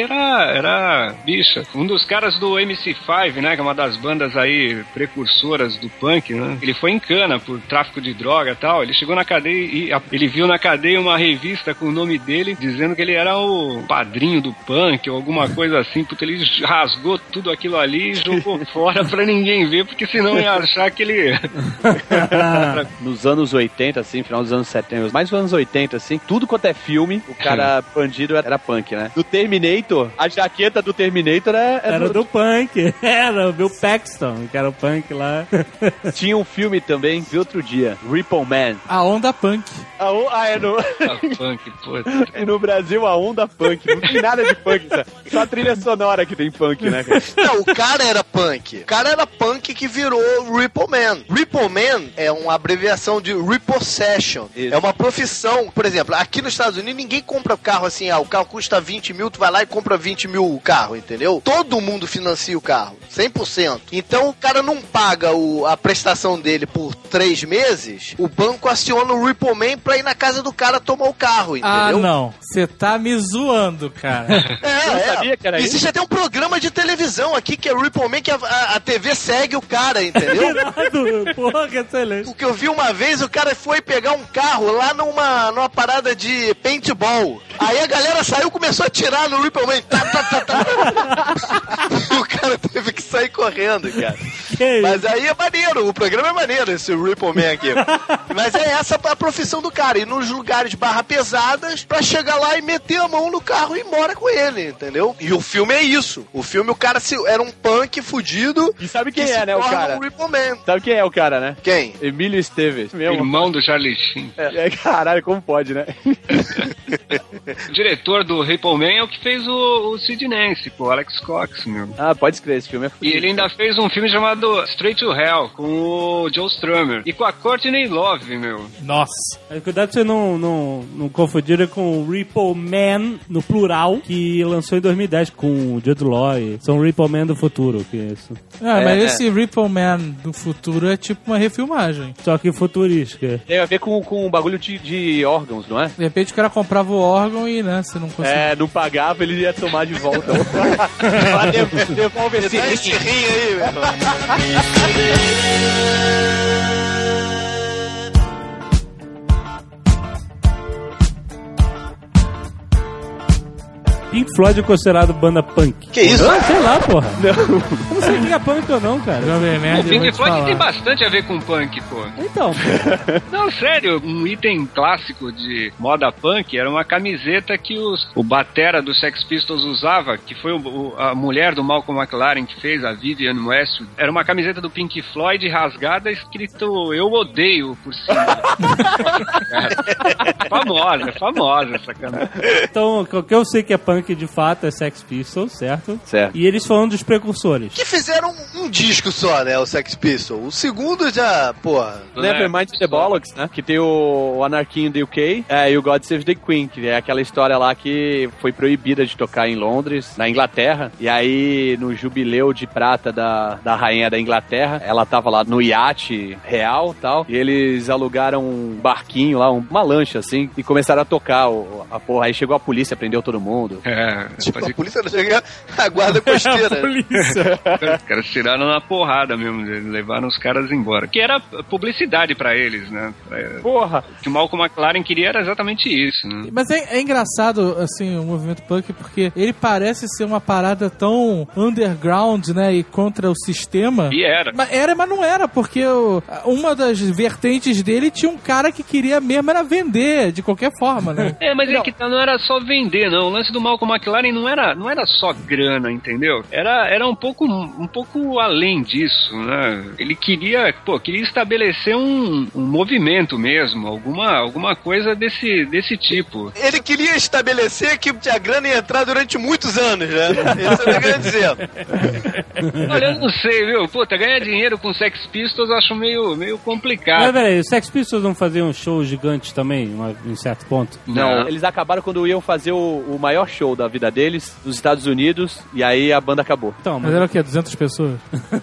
era bicha. Um dos caras do MC5, né, que é uma das bandas aí precursoras do punk, né? Ele foi em cana por tráfico de droga e tal. Ele chegou na cadeia e ele viu na cadeia uma revista com o nome dele, dizendo que ele era o padrinho do punk ou alguma coisa assim, porque ele rasgou tudo aquilo ali e jogou fora pra ninguém ver, porque senão ia achar que ele... Nos anos 80, assim, final dos anos 70, mais dos anos 80, assim, tudo quanto é filme, o cara bandido era punk, né? Do Terminator, a jaqueta do Terminator era do punk. Era o Bill Paxton, que era o punk lá. Tinha um filme também, vi outro dia, Ripple Man. A onda punk. Punk, puta. E no Brasil a onda punk. Não tem nada de punk, só a trilha sonora que tem punk, né, cara? Não, o cara era punk. O cara era punk que virou Ripple Man. Ripple Man é uma abreviação de repossession. Isso. É uma profissão. Por exemplo, aqui nos Estados Unidos ninguém compra carro assim, o carro custa 20 mil, tu vai lá e compra 20 mil o carro, entendeu? Todo mundo financia o carro, 100%. Então o cara não paga a prestação dele por 3 meses, o banco aciona o Ripple Man pra ir na casa do cara tomar o carro, entendeu? Ah, não. Você tá me zoando, cara. Eu não sabia que era Existe isso. até um programa de televisão aqui que é Ripple Man, que a TV TV segue o cara, entendeu? Porra, que excelente. O que eu vi uma vez, o cara foi pegar um carro lá numa parada de paintball. Aí a galera saiu e começou a atirar no Ripple Man. O cara teve que sair correndo, cara. Mas aí é maneiro, o programa é maneiro, esse Ripple Man aqui. Mas é essa a profissão do cara, ir nos lugares barra pesadas pra chegar lá e meter a mão no carro e ir embora com ele, entendeu? E o filme é isso. O filme, o cara era um punk fudido. E sabe quem é, né, o cara? Sabe quem é o cara, né? Quem? Emílio Esteves. Irmão do Charlie Sheen. Caralho, como pode, né? O diretor do Ripple Man é o que fez o Sid Nancy, pô, Alex Cox, meu. Ah, pode escrever, esse filme é fudido. E ele ainda fez um filme chamado Straight to Hell, com o Joe Strummer. E com a Courtney Love, meu. Nossa. Cuidado pra você não confundir com o Ripple Man, no plural, que lançou em 2010 com o Jude Law. São o Ripple Man do futuro, que é isso. Mas esse Ripple Man do futuro é tipo uma refilmagem. Só que futurística. Tem a ver com um bagulho de órgãos, não é? De repente o cara comprava o órgão e, né, você não conseguia. Não pagava, ele ia tomar de volta. Devolve esse rim aí, velho. Pink Floyd é considerado banda punk. Que isso? Sei lá, porra. Não. Eu não sei o que é punk ou não, cara. O Pink Floyd tem bastante a ver com punk, pô. Então. Não, sério, um item clássico de moda punk era uma camiseta que o batera do Sex Pistols usava, que foi a mulher do Malcolm McLaren que fez, a Vivienne Westwood. Era uma camiseta do Pink Floyd rasgada, escrito "Eu odeio" por cima. famosa essa camiseta. Então, o que eu sei que é punk de fato é Sex Pistols, certo? Certo. E eles foram dos precursores. Que fizeram um disco só, né, o Sex Pistols. O segundo já, porra... Nevermind the Bollocks, né? Que tem o Anarchy the UK e o God Save the Queen, que é aquela história lá que foi proibida de tocar em Londres, na Inglaterra. E aí, no jubileu de prata da rainha da Inglaterra, ela tava lá no iate real e tal, e eles alugaram um barquinho lá, uma lancha assim, e começaram a tocar a porra. Aí chegou a polícia, prendeu todo mundo. Tipo, a polícia não chega, a guarda costeira. A polícia. Os caras tiraram na porrada mesmo, levaram os caras embora. Que era publicidade pra eles, né? Porra! O que o Malcolm McLaren queria era exatamente isso, né? Mas é engraçado, assim, o movimento punk, porque ele parece ser uma parada tão underground, né, e contra o sistema. E era. Mas não era, porque uma das vertentes dele tinha um cara que queria mesmo era vender, de qualquer forma, né? Mas não era só vender, não. O lance do Malcolm McLaren não era só grana, entendeu? Era um pouco além disso, né? Ele queria estabelecer um movimento mesmo, alguma coisa desse tipo. Ele queria estabelecer que a grana ia entrar durante muitos anos, né? Isso eu queria dizer. Olha, eu não sei, viu? Puta, ganhar dinheiro com Sex Pistols eu acho meio complicado. Mas peraí, os Sex Pistols não faziam um show gigante também, em certo ponto? Não, eles acabaram quando iam fazer o maior show da vida deles, nos Estados Unidos, e aí a banda acabou. Então, mas era o quê? 200 pessoas?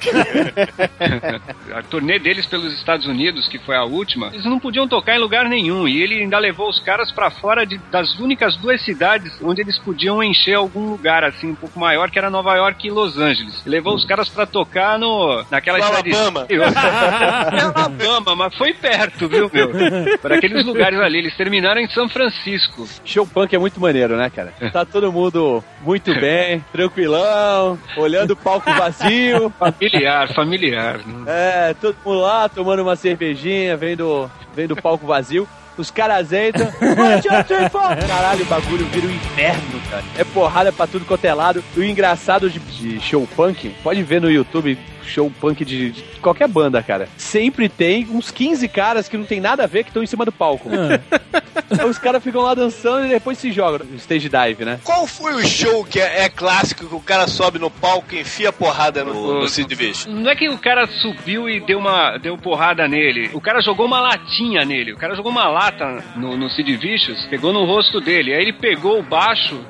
A turnê deles pelos Estados Unidos, que foi a última, eles não podiam tocar em lugar nenhum, e ele ainda levou os caras pra fora das únicas duas cidades onde eles podiam encher algum lugar, assim, um pouco maior, que era Nova York e Los Angeles. Ele levou os caras pra tocar naquela cidade... Alabama, mas foi perto, viu, meu? Para aqueles lugares ali, eles terminaram em São Francisco. Show punk é muito maneiro, né, cara? Tá todo mundo muito bem, tranquilão, olhando o palco vazio. Familiar. Né? Todo mundo lá tomando uma cervejinha, vendo o palco vazio. Os caras entram. Caralho, o bagulho vira um inferno, cara. É porrada pra tudo quanto é lado. O engraçado de show punk, pode ver no YouTube, show punk de qualquer banda, cara. Sempre tem uns 15 caras que não tem nada a ver que estão em cima do palco. Então os caras ficam lá dançando e depois se jogam no stage dive, né? Qual foi o show que é clássico, que o cara sobe no palco e enfia porrada no Sid Vicious? Não é que o cara subiu e deu porrada nele. O cara jogou uma latinha nele. O cara jogou uma lata no Sid Vicious, pegou no rosto dele. Aí ele pegou o baixo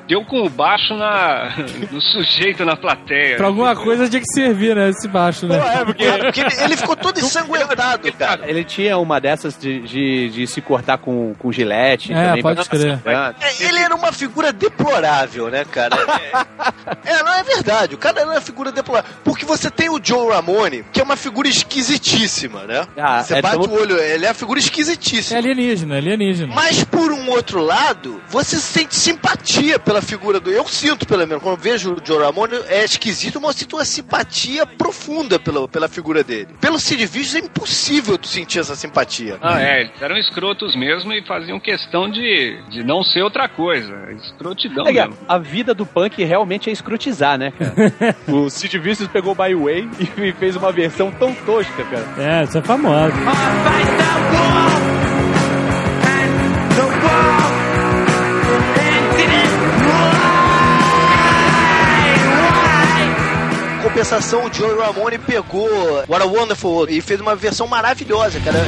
deu com o baixo no sujeito na plateia. Pra alguma coisa tinha que servir, né? Esse baixo, né? Porque ele ficou todo ensanguentado, cara. Ele tinha uma dessas de se cortar com gilete. Também, pode crer. Ele era uma figura deplorável, né, cara? Não é verdade. O cara era uma figura deplorável. Porque você tem o Joe Ramone, que é uma figura esquisitíssima, né? Você bate o olho, ele é uma figura esquisitíssima. É alienígena. Mas, por um outro lado, você sente simpatia pela figura do... Eu sinto, pelo menos, quando eu vejo o Joe Ramone, é esquisito, mas eu sinto uma simpatia profunda pela figura dele. Pelo Sid Vicious é impossível tu sentir essa simpatia. Eles eram escrotos mesmo e faziam questão de não ser outra coisa. Escrotidão mesmo. A vida do punk realmente é escrotizar, né, cara? O Sid Vicious pegou My Way e fez uma versão tão tosca, cara. Essa é famosa. Compensação, o Joe Ramone pegou What a Wonderful World e fez uma versão maravilhosa, cara.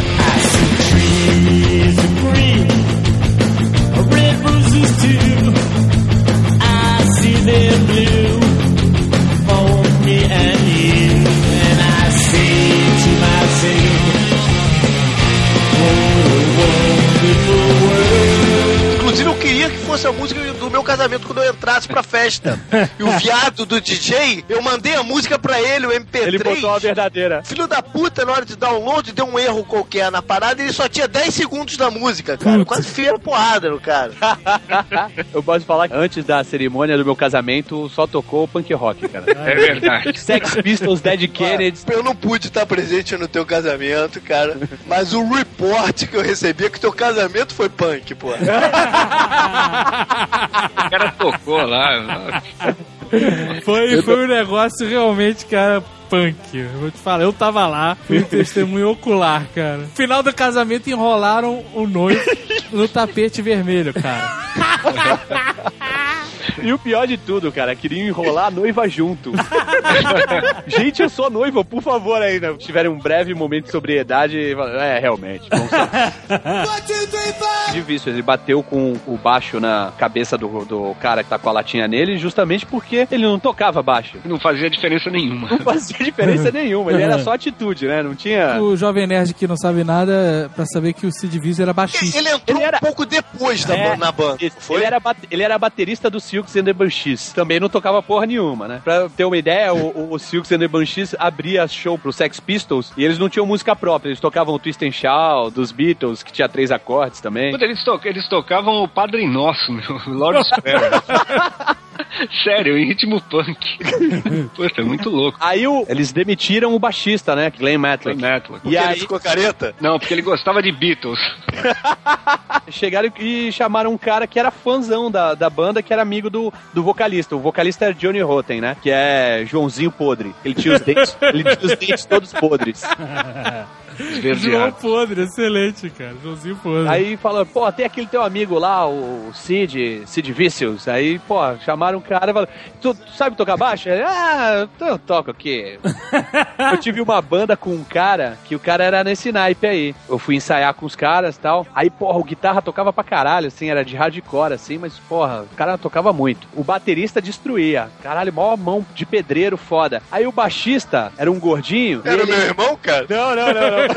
Inclusive eu queria que fosse a música do meu casamento quando eu entrasse pra festa. E o viado do DJ, eu mandei a música pra ele, o MP3. Ele botou a verdadeira. Filho da puta, na hora de download, deu um erro qualquer na parada e ele só tinha 10 segundos da música, cara. Eu quase fui a porrada no cara. Eu posso falar que antes da cerimônia do meu casamento só tocou punk rock, cara. É verdade. Sex Pistols, Dead Kennedys. Eu não pude estar presente no teu casamento, cara. Mas o report que eu recebi é que teu casamento foi punk, pô. O cara tocou lá. Foi um negócio realmente, cara, punk. Eu vou te falar, eu tava lá, fui testemunho ocular, cara. No final do casamento enrolaram o noivo no tapete vermelho, cara. E o pior de tudo, cara, queriam enrolar a noiva junto. Gente, eu sou noiva, por favor, ainda. Tiveram um breve momento de sobriedade e falaram, realmente, vamos lá. De vício, ele bateu com o baixo na cabeça do cara que tá com a latinha nele, justamente porque ele não tocava baixo. Não fazia diferença nenhuma. Não fazia diferença nenhuma, ele era só atitude, né? Não tinha... O jovem nerd que não sabe nada, pra saber que o Sid Vicious era baixista. Ele entrou um pouco depois na banda. Foi? Ele era baterista do Silks and the Banshees. Também não tocava porra nenhuma, né? Pra ter uma ideia, o Silks and the Banshees abria show pro Sex Pistols e eles não tinham música própria. Eles tocavam o Twist and Shout dos Beatles, que tinha 3 acordes também. Puta, eles tocavam o Padre Nosso, meu. Lord Sparrow. Sério, em ritmo punk. Puta, muito louco. Aí eles demitiram o baixista, né? Glenn Matlock. E aí ele ficou careta? Não, porque ele gostava de Beatles. Chegaram e chamaram um cara que era fãzão da banda, que era amigo do vocalista. O vocalista era Johnny Rotten, né? Que é Joãozinho Podre. Ele tinha os dentes todos podres. João Podre, excelente, cara. Joãozinho Podre. Aí fala, pô, tem aquele teu amigo lá, o Sid Vicious. Aí, pô, chamaram um cara e falaram, tu sabe tocar baixo? Ele, eu toco aqui. Eu tive uma banda com um cara, que o cara era nesse naipe aí. Eu fui ensaiar com os caras e tal. Aí, porra, o guitarra tocava pra caralho, assim, era de hardcore, assim, mas, porra, o cara tocava muito. O baterista destruía. Caralho, maior mão de pedreiro foda. Aí o baixista era um gordinho. Era meu irmão, cara? Não.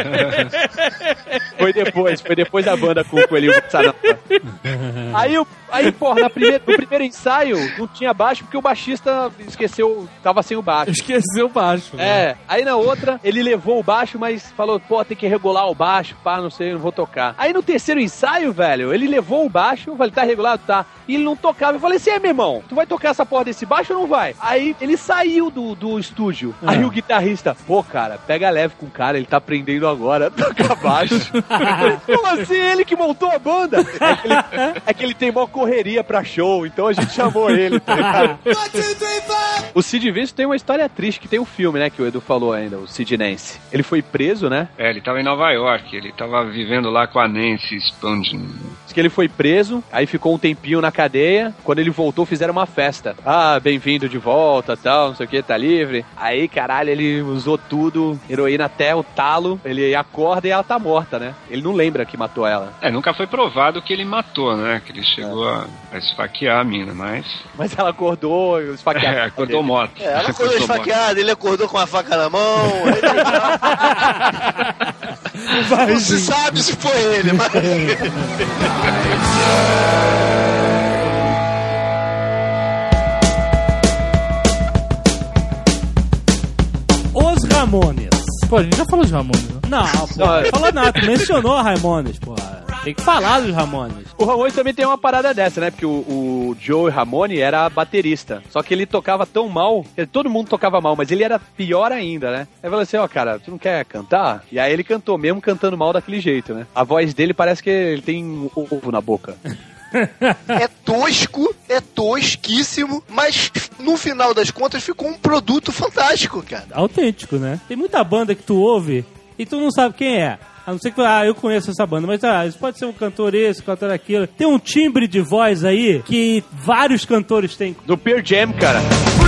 Foi depois da banda com o Coelhinho Sarão. Aí, porra, no primeiro ensaio não tinha baixo porque o baixista tava sem o baixo. Esqueceu o baixo. É, aí na outra ele levou o baixo, mas falou, pô, tem que regular o baixo, pá, não sei, não vou tocar. Aí no terceiro ensaio, velho, ele levou o baixo, eu falei, tá regulado? Tá. E ele não tocava. Eu falei assim, meu irmão, tu vai tocar essa porra desse baixo ou não vai? Aí ele saiu do estúdio. Aí o guitarrista, pô, cara, pega leve com o cara, ele tá aprendendo agora a tocar baixo. Como assim? Ele que montou a banda? É que ele tem mó correria pra show, então a gente chamou ele, tá ligado? O Sid Vicious tem uma história triste, que tem um filme, né, que o Edu falou ainda, o Sid Nance. Ele foi preso, né? Ele tava em Nova York, ele tava vivendo lá com a Nancy Spungen. Diz que ele foi preso, aí ficou um tempinho na cadeia, quando ele voltou fizeram uma festa. Bem-vindo de volta, tal, não sei o que, tá livre. Aí, caralho, ele usou tudo, heroína até o talo. estalo, ele acorda e ela tá morta, né? Ele não lembra que matou ela. Nunca foi provado que ele matou, né? Que ele chegou a esfaquear a mina, mas ela acordou esfaqueada. Acordou morta. Ela acordou esfaqueada, ele acordou com a faca na mão. Não se sabe se foi ele, mas... Os Ramones. Pô, a gente já falou de Ramones, né? Não, pô, não falou nada. Tu mencionou Ramones, pô. Tem que falar dos Ramones. O Ramones também tem uma parada dessa, né? Porque o Joey Ramone era baterista. Só que ele tocava tão mal, todo mundo tocava mal, mas ele era pior ainda, né? Aí eu falei assim, cara, tu não quer cantar? E aí ele cantou, mesmo cantando mal daquele jeito, né? A voz dele parece que ele tem um ovo na boca. É tosco, é tosquíssimo, mas no final das contas ficou um produto fantástico, cara. Autêntico, né? Tem muita banda que tu ouve e tu não sabe quem é. A não ser que, eu conheço essa banda, mas isso pode ser um cantor esse, cantor aquilo. Tem um timbre de voz aí que vários cantores têm. Do Pearl Jam, cara.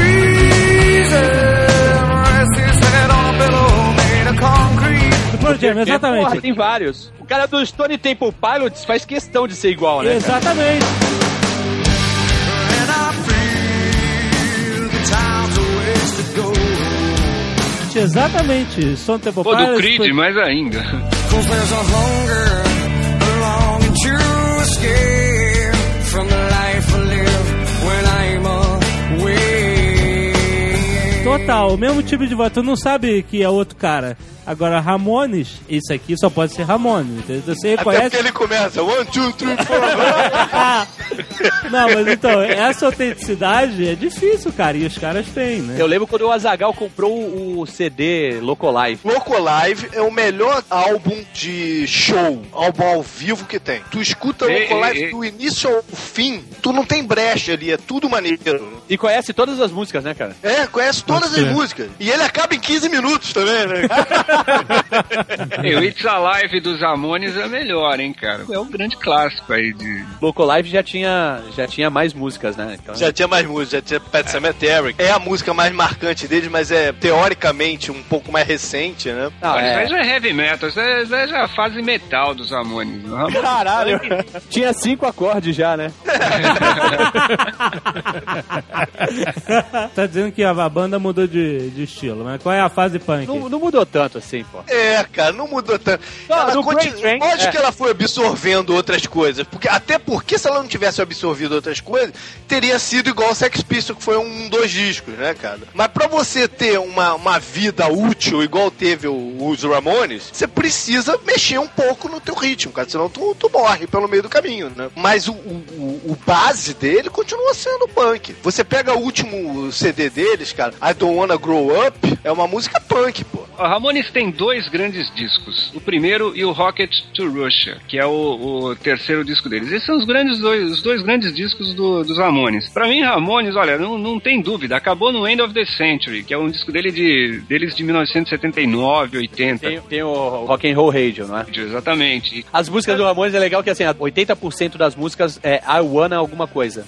Do Pearl Jam, exatamente. Porra, tem vários. O cara do Stone Temple Pilots faz questão de ser igual, né? Exatamente. Exatamente. Stone Temple Pilots. Do Creed, mais ainda. Total, o mesmo tipo de voz. Tu não sabe que é outro cara. Agora, Ramones, isso aqui só pode ser Ramones. Entendeu? Você reconhece... Até porque ele começa 1, 2, 3, 4. Não, mas então, essa autenticidade é difícil, cara. E os caras têm, né? Eu lembro quando o Azaghal comprou o CD Locolive. Locolive é o melhor álbum de show, álbum ao vivo que tem. Tu escuta o Locolive do início ao fim, tu não tem brecha ali, é tudo maneiro. E conhece todas as músicas, né, cara? Conhece todas as músicas. E ele acaba em 15 minutos também, né? O It's Alive dos Ramones é melhor, hein, cara? É um grande clássico aí de... Locolive já tinha mais músicas, né? Então... Já tinha mais músicas, já tinha Pet Sematary. É a música mais marcante deles, mas é teoricamente um pouco mais recente, né? Isso aí já é heavy metal, isso aí já é a fase metal dos Ramones. Caralho! Tinha 5 acordes já, né? Tá dizendo que a banda mudou de estilo, mas qual é a fase punk? Não mudou tanto assim, pô. Cara, não mudou tanto. Pode que ela foi absorvendo outras coisas, até porque se ela não tivesse absorvido outras coisas, teria sido igual ao Sex Pistols, que foi 2 discos, né, cara? Mas pra você ter uma vida útil igual teve os Ramones, você precisa mexer um pouco no teu ritmo, cara, senão tu morre pelo meio do caminho, né? Mas o base dele continua sendo punk. Você pega o último CD deles, cara, I Don't Wanna Grow Up, é uma música punk, pô. O Ramones tem 2 grandes discos. O primeiro e o Rocket to Russia, que é o terceiro disco deles. Esses são os dois grandes discos dos Ramones. Pra mim, Ramones, olha, não tem dúvida. Acabou no End of the Century, que é um disco deles de 1979, 80. Tem o Rock and Roll Radio, não é? Exatamente. As músicas do Ramones é legal que, assim, 80% das músicas é I Wanna alguma coisa.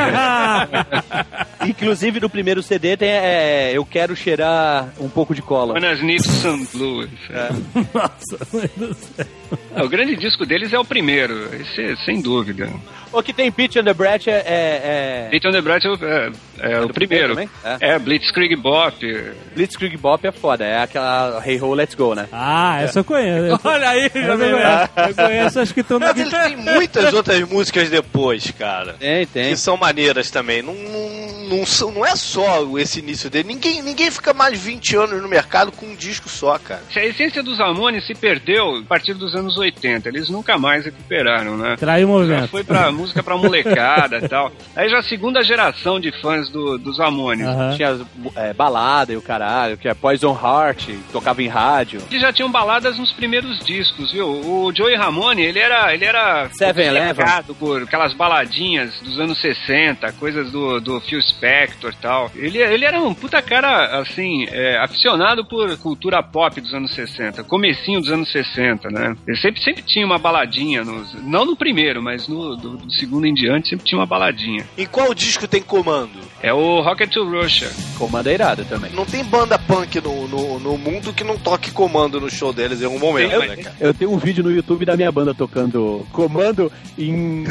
Inclusive, no primeiro CD tem Eu Quero Cheirar um pouco de cola. Wanna Sniff Some Blues. Nossa, mãe do céu. O grande disco deles é o primeiro, esse sem dúvida. O que tem Pitch and the Brat Pitch and the Brat é o primeiro. Blitzkrieg Bop. Blitzkrieg Bop é foda, é aquela Hey Ho, Let's Go, né? Essa eu conheço. Olha aí, eu conheço as que estão na... Mas ele tem muitas outras músicas depois, cara. Tem. Que são maneiras também. Não é só esse início dele. Ninguém fica mais de 20 anos no mercado com um disco só, cara. A essência dos Ramones se perdeu a partir dos anos 80. Eles nunca mais recuperaram, né? Traiu o movimento. Já foi pra música pra molecada e tal. Aí já a segunda geração de fãs dos Ramones. Tinha balada e o caralho, que é Poison Heart, tocava em rádio. Eles já tinham baladas nos primeiros discos, viu? O Joey Ramone, ele era 7-Eleven por aquelas baladinhas dos anos 60, coisas do Phil Spector e tal. Ele era um puta cara, assim, aficionado com cultura pop dos anos 60, comecinho dos anos 60, né? Ele sempre tinha uma baladinha, não no primeiro, mas do segundo em diante sempre tinha uma baladinha. Em qual disco tem Comando? É o Rocket to Russia. Comando é irado também. Não tem banda punk no mundo que não toque Comando no show deles em algum momento, né, cara? Eu tenho um vídeo no YouTube da minha banda tocando Comando em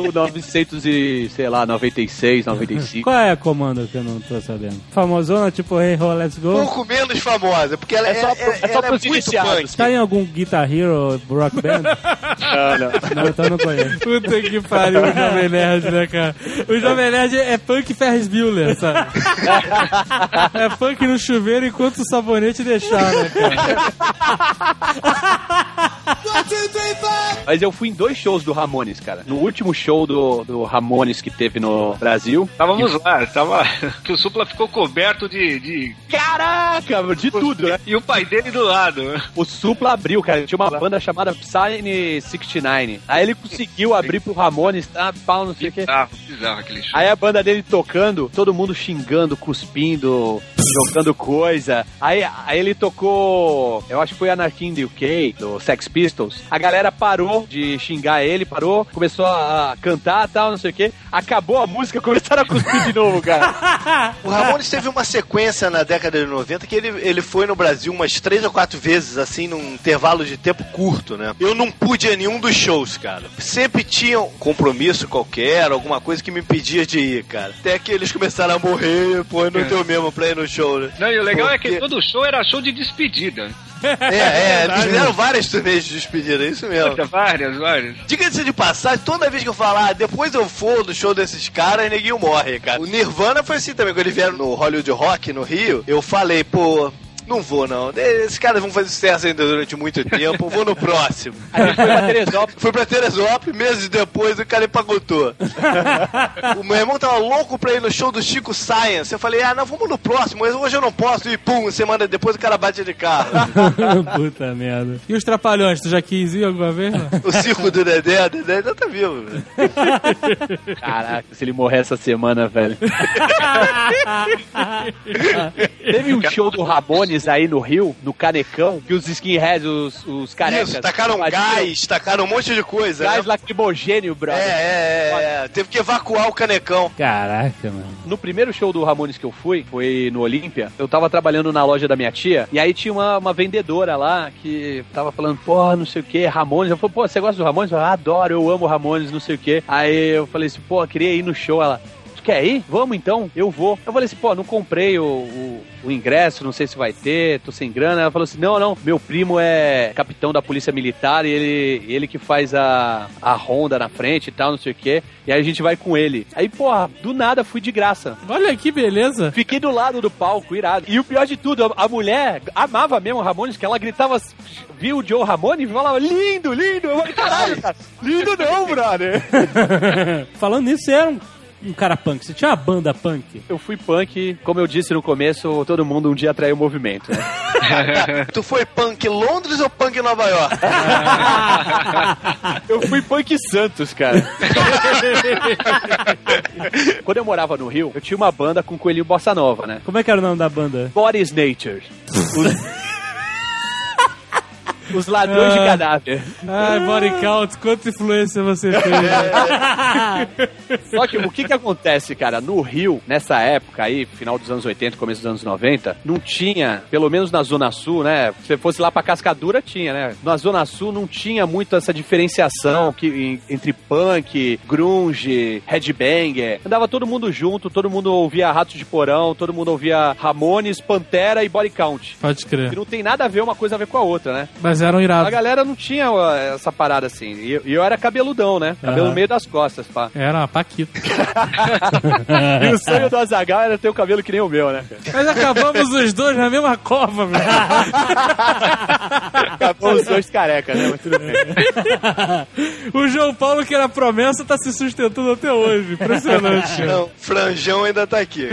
1996, 95. Qual é a Comando que eu não tô sabendo? Famosona, tipo Hey Ho, Let's Go? Pouco menos famosa, porque ela é só pros muito punk. Tá em algum Guitar Hero Rock Band? Não, então não conheço. Puta que pariu o Jovem Nerd, né, cara? O Jovem Nerd é punk Ferris Bueller, sabe? É punk no chuveiro enquanto o sabonete deixar, né, cara? Mas eu fui em 2 shows do Ramones, cara. No último show do Ramones que teve no Brasil. Estávamos lá, que o Supla ficou coberto de... Caraca, de tudo, né? E o pai dele do lado. O Supla abriu, cara. Tinha uma banda chamada Psyne 69. Aí ele conseguiu abrir pro Ramones, pau, não sei o que. Bizarro aquele show. Aí a banda dele tocando, todo mundo xingando, cuspindo, jogando coisa. Aí ele tocou, eu acho que foi Anarchy in the UK, do Sex Pistols. A galera parou de xingar ele, começou a cantar e tal, não sei o que. Acabou a música, começaram a cuspir de novo, cara. O Ramones teve uma sequência na década de 90 que ele foi no Brasil umas 3 ou 4 vezes, assim, num intervalo de tempo curto, né? Eu não pude ir a nenhum dos shows, cara. Sempre tinha um compromisso qualquer, alguma coisa que me impedia de ir, cara. Até que eles começaram a morrer, pô, não deu mesmo pra ir no show, né? Não, e o legal é que todo show era show de despedida. Eles fizeram várias turnês de despedida, é isso mesmo. Várias. Diga-se de passagem, toda vez que eu falar, depois eu for do show desses caras, neguinho morre, cara. O Nirvana foi assim também, quando eles vieram no Hollywood Rock, no Rio, eu falei, pô... Não vou, não. Esses caras vão fazer sucesso ainda durante muito tempo. Eu vou no próximo. Aí foi pra Teresópolis. Fui pra Teresópolis, meses depois o cara empacotou. O meu irmão tava louco pra ir no show do Chico Science. Eu falei, não, vamos no próximo, mas hoje eu não posso. E pum, semana depois o cara bate de carro. Puta merda. E os Trapalhões, tu já quis ir alguma vez? Não? O circo do Dedé ainda tá vivo, velho. Caraca, se ele morrer essa semana, velho. Teve um show do Ramones aí no Rio, no Canecão, que os skinheads, os carecas... Isso, tacaram gás, tacaram um monte de coisa. Gás lacrimogênio, brother. Teve que evacuar o Canecão. Caraca, mano. No primeiro show do Ramones que eu fui, foi no Olímpia, eu tava trabalhando na loja da minha tia, e aí tinha uma vendedora lá, que tava falando, pô, não sei o que, Ramones. Eu falei, pô, você gosta do Ramones? Eu falei, adoro, eu amo Ramones, não sei o que. Aí eu falei assim, pô, queria ir no show. Ela... Quer ir? Vamos então, eu vou. Eu falei assim, pô, não comprei o ingresso, não sei se vai ter, tô sem grana. Ela falou assim, não, meu primo é capitão da polícia militar e ele que faz a ronda na frente e tal, não sei o quê. E aí a gente vai com ele. Aí, porra, do nada fui de graça. Olha que beleza. Fiquei do lado do palco, irado. E o pior de tudo, a mulher amava mesmo o Ramones, que ela gritava, viu o Joe Ramone e falava, lindo. Eu falei, caralho, cara, lindo não, brother. Falando nisso, você era um cara punk. Você tinha uma banda punk? Eu fui punk, como eu disse no começo, todo mundo um dia atraiu o movimento, né? Tu foi punk Londres ou punk Nova York? Eu fui punk Santos, cara. Quando eu morava no Rio, eu tinha uma banda com Coelhinho Bossa Nova, né? Como é que era o nome da banda? Body's Nature. Os ladrões de cadáver. Ai, body count, quanta influência você fez. Só que o que acontece, cara? No Rio, nessa época aí, final dos anos 80, começo dos anos 90, não tinha, pelo menos na Zona Sul, né? Se você fosse lá pra Cascadura, tinha, né? Na Zona Sul não tinha muito essa diferenciação entre punk, grunge, headbanger. Andava todo mundo junto, todo mundo ouvia Ratos de Porão, todo mundo ouvia Ramones, Pantera e Body Count. Pode crer. E não tem nada a ver uma coisa a ver com a outra, né? Mas eram irados. A galera não tinha essa parada assim. E eu era cabeludão, né? Cabelo no meio das costas, pá. Era uma paquita. E o sonho do Azaghal era ter o cabelo que nem o meu, né? Mas acabamos os dois na mesma cova, velho. Acabamos os dois carecas, né? Mas tudo bem. O João Paulo, que era promessa, tá se sustentando até hoje. Impressionante. Não, Franjão ainda tá aqui.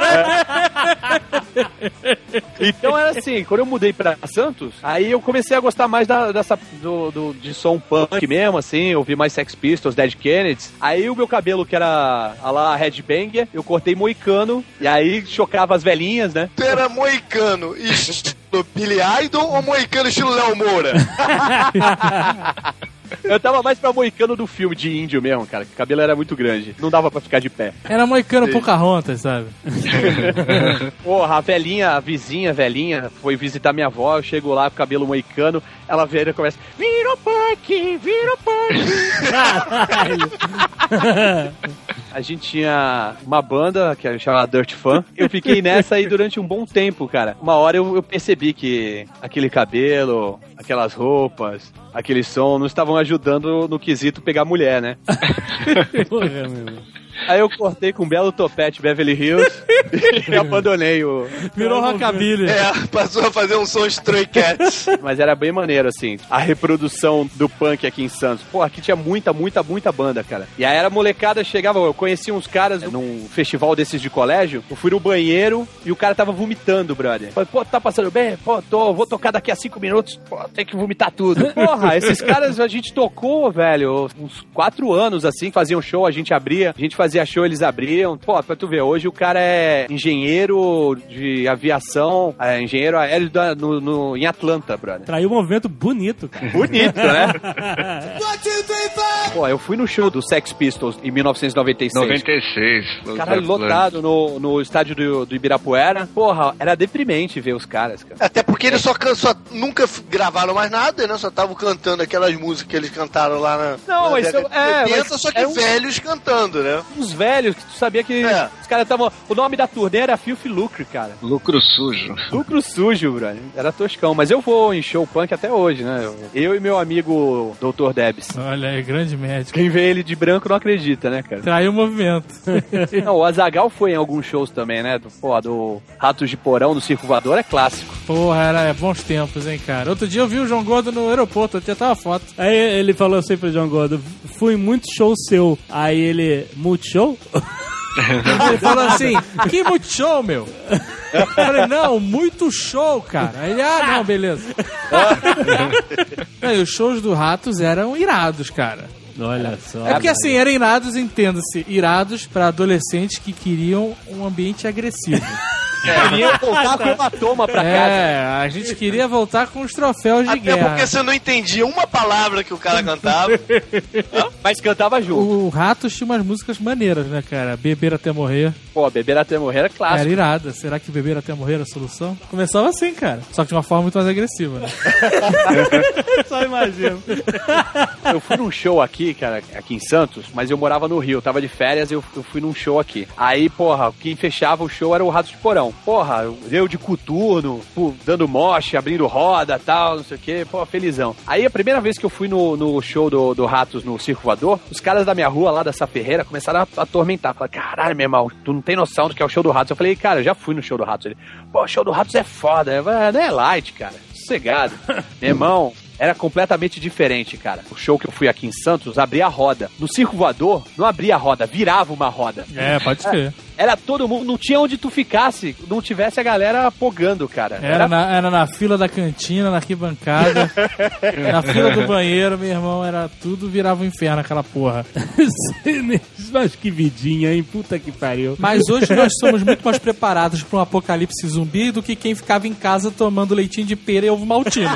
Então era assim, quando eu mudei pra Santos, aí eu comecei a gostar mais de som punk mesmo, assim, eu vi mais Sex Pistols, Dead Kennedys. Aí o meu cabelo, que era lá headbanger, eu cortei moicano, e aí chocava as velhinhas, né? Tu era moicano Billy Idol ou moicano estilo Léo Moura? Eu tava mais pra moicano do filme, de índio mesmo, cara. Que o cabelo era muito grande. Não dava pra ficar de pé. Era moicano Pocahontas, sabe? Porra, a vizinha velhinha, foi visitar minha avó. Eu chego lá com o cabelo moicano. Ela vira e começa: vira o punk, vira o punk. Caralho. A gente tinha uma banda que chamava Dirt Fan. Eu fiquei nessa aí durante um bom tempo, cara. Uma hora eu percebi que aquele cabelo, aquelas roupas, aquele som não estavam ajudando no quesito pegar mulher, né? Porra, meu. Aí eu cortei com um belo topete Beverly Hills e abandonei o... Virou rockabilly. Passou a fazer um som Stray Cats. Mas era bem maneiro, assim, a reprodução do punk aqui em Santos. Pô, aqui tinha muita banda, cara. E aí a molecada chegava, eu conheci uns caras num festival desses de colégio, eu fui no banheiro e o cara tava vomitando, brother. Falei, pô, tá passando bem? Pô, vou tocar daqui a 5 minutos, pô, tem que vomitar tudo. Porra, esses caras a gente tocou, velho, uns 4 anos, assim, faziam show, a gente abria, a gente fazia show, eles abriam. Pô, pra tu ver, hoje o cara é engenheiro de aviação, engenheiro aéreo em Atlanta, brother. Traiu um movimento bonito, cara. Bonito, né? Pô, eu fui no show do Sex Pistols em 1996. 96. Caralho, lotado no estádio do Ibirapuera. Porra, era deprimente ver os caras, cara. Até porque eles só nunca gravaram mais nada, né? Só estavam cantando aquelas músicas que eles cantaram lá na... Não, mas... só que velhos cantando, né? Uns velhos que tu sabia que os caras estavam... O nome da turnê era Filthy Lucre, cara. Lucro sujo. Lucro sujo, brother. Era toscão. Mas eu vou em show punk até hoje, né? Eu e meu amigo Dr. Debs. Olha aí, grande médico. Quem vê ele de branco não acredita, né, cara? Traiu o movimento. Não, o Azaghal foi em alguns shows também, né? Do Ratos de Porão, do Circo Voador, é clássico. Porra, era bons tempos, hein, cara. Outro dia eu vi o João Gordo no aeroporto, eu tinha até uma foto. Aí ele falou assim pro João Gordo: fui em muito show seu. Aí ele, multishow? Ele falou assim: que multishow, meu? Eu falei, não, muito show, cara. Aí ele, não, beleza. Não, e os shows do Ratos eram irados, cara. Olha só. É porque assim, eram irados, entenda-se, irados pra adolescentes que queriam um ambiente agressivo. Queria voltar com uma toma pra casa. A gente queria voltar com os troféus de guerra. Até porque você não entendia uma palavra que o cara cantava. Mas cantava junto. O Ratos tinha umas músicas maneiras, né, cara? Beber Até Morrer. Pô, Beber Até Morrer era clássico. Era irada. Será que Beber Até Morrer era a solução? Começava assim, cara. Só que de uma forma muito mais agressiva, né? Só imagino. Eu fui num show aqui, cara, aqui em Santos, mas eu morava no Rio. Eu tava de férias e eu fui num show aqui. Aí, porra, quem fechava o show era o Ratos de Porão. Porra, eu de coturno, dando moche, abrindo roda e tal, não sei o que, pô, felizão. Aí a primeira vez que eu fui no show do Ratos no Circo Voador, os caras da minha rua lá da Saferreira começaram a atormentar. Falaram, caralho, meu irmão, tu não tem noção do que é o show do Ratos. Eu falei, cara, eu já fui no show do Ratos. Ele, pô, o show do Ratos é foda, não é light, cara, sossegado. Meu irmão, era completamente diferente, cara. O show que eu fui aqui em Santos abria a roda. No Circo Voador, não abria a roda, virava uma roda. Pode ser. Era todo mundo, não tinha onde tu ficasse, não tivesse a galera apogando, cara. Era na fila da cantina, na arquibancada, na fila do banheiro, meu irmão, era tudo, virava um inferno aquela porra. Mas que vidinha, hein? Puta que pariu. Mas hoje nós somos muito mais preparados para um apocalipse zumbi do que quem ficava em casa tomando leitinho de pera e ovo maltino.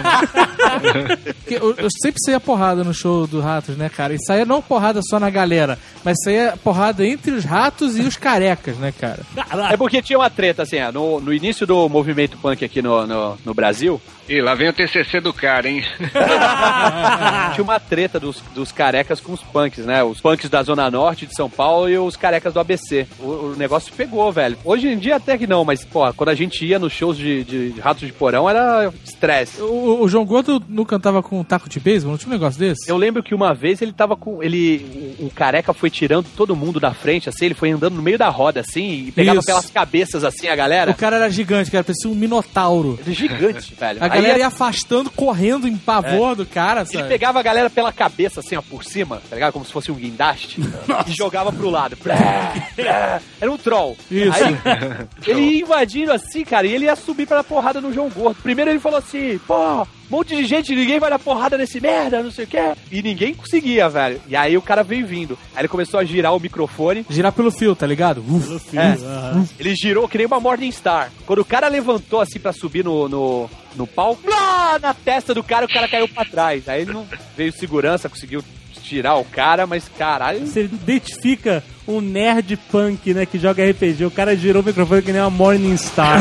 Eu sempre saía porrada no show do Ratos, né, cara? E saía não porrada só na galera, mas saía porrada entre os ratos e os carecas, né, cara? É porque tinha uma treta, assim, no início do movimento punk aqui no Brasil. E lá vem o TCC do cara, hein? Tinha uma treta dos carecas com os punks, né? Os punks da Zona Norte de São Paulo e os carecas do ABC. O negócio pegou, velho. Hoje em dia até que não, mas, pô, quando a gente ia nos shows de Ratos de Porão, era estresse. O João Gordo não cantava com um taco de beisebol? Não tinha um negócio desse? Eu lembro que uma vez ele tava com... O careca foi tirando todo mundo da frente, assim, ele foi andando no meio da roda, assim, e pegava pelas cabeças, assim, a galera. O cara era gigante, cara, parecia um minotauro. Ele gigante, velho. A galera ia afastando, correndo em pavor do cara, sabe? Ele pegava a galera pela cabeça, assim, ó, por cima, tá ligado? Como se fosse um guindaste. E jogava pro lado. Era um troll. Isso. Aí, ele ia invadindo assim, cara, e ele ia subir pela porrada no João Gordo. Primeiro ele falou assim, pô, um monte de gente, ninguém vai dar porrada nesse merda, não sei o que. E ninguém conseguia, velho. E aí o cara veio vindo. Aí ele começou a girar o microfone. Girar pelo fio, tá ligado? Pelo fio. Ele girou que nem uma Morningstar. Quando o cara levantou assim pra subir no palco, na testa do cara, o cara caiu pra trás. Aí ele não veio segurança, conseguiu tirar o cara, mas caralho... Você identifica um nerd punk, né, que joga RPG. O cara girou o microfone que nem uma Morningstar.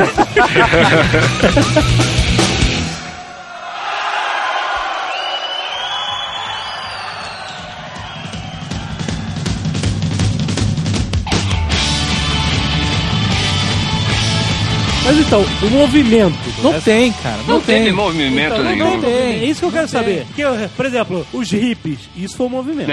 Mas então, o movimento... Não tem, cara. Não teve movimento então, nenhum. Não tem. É isso que eu quero saber. Porque, por exemplo, os hippies, isso foi um movimento.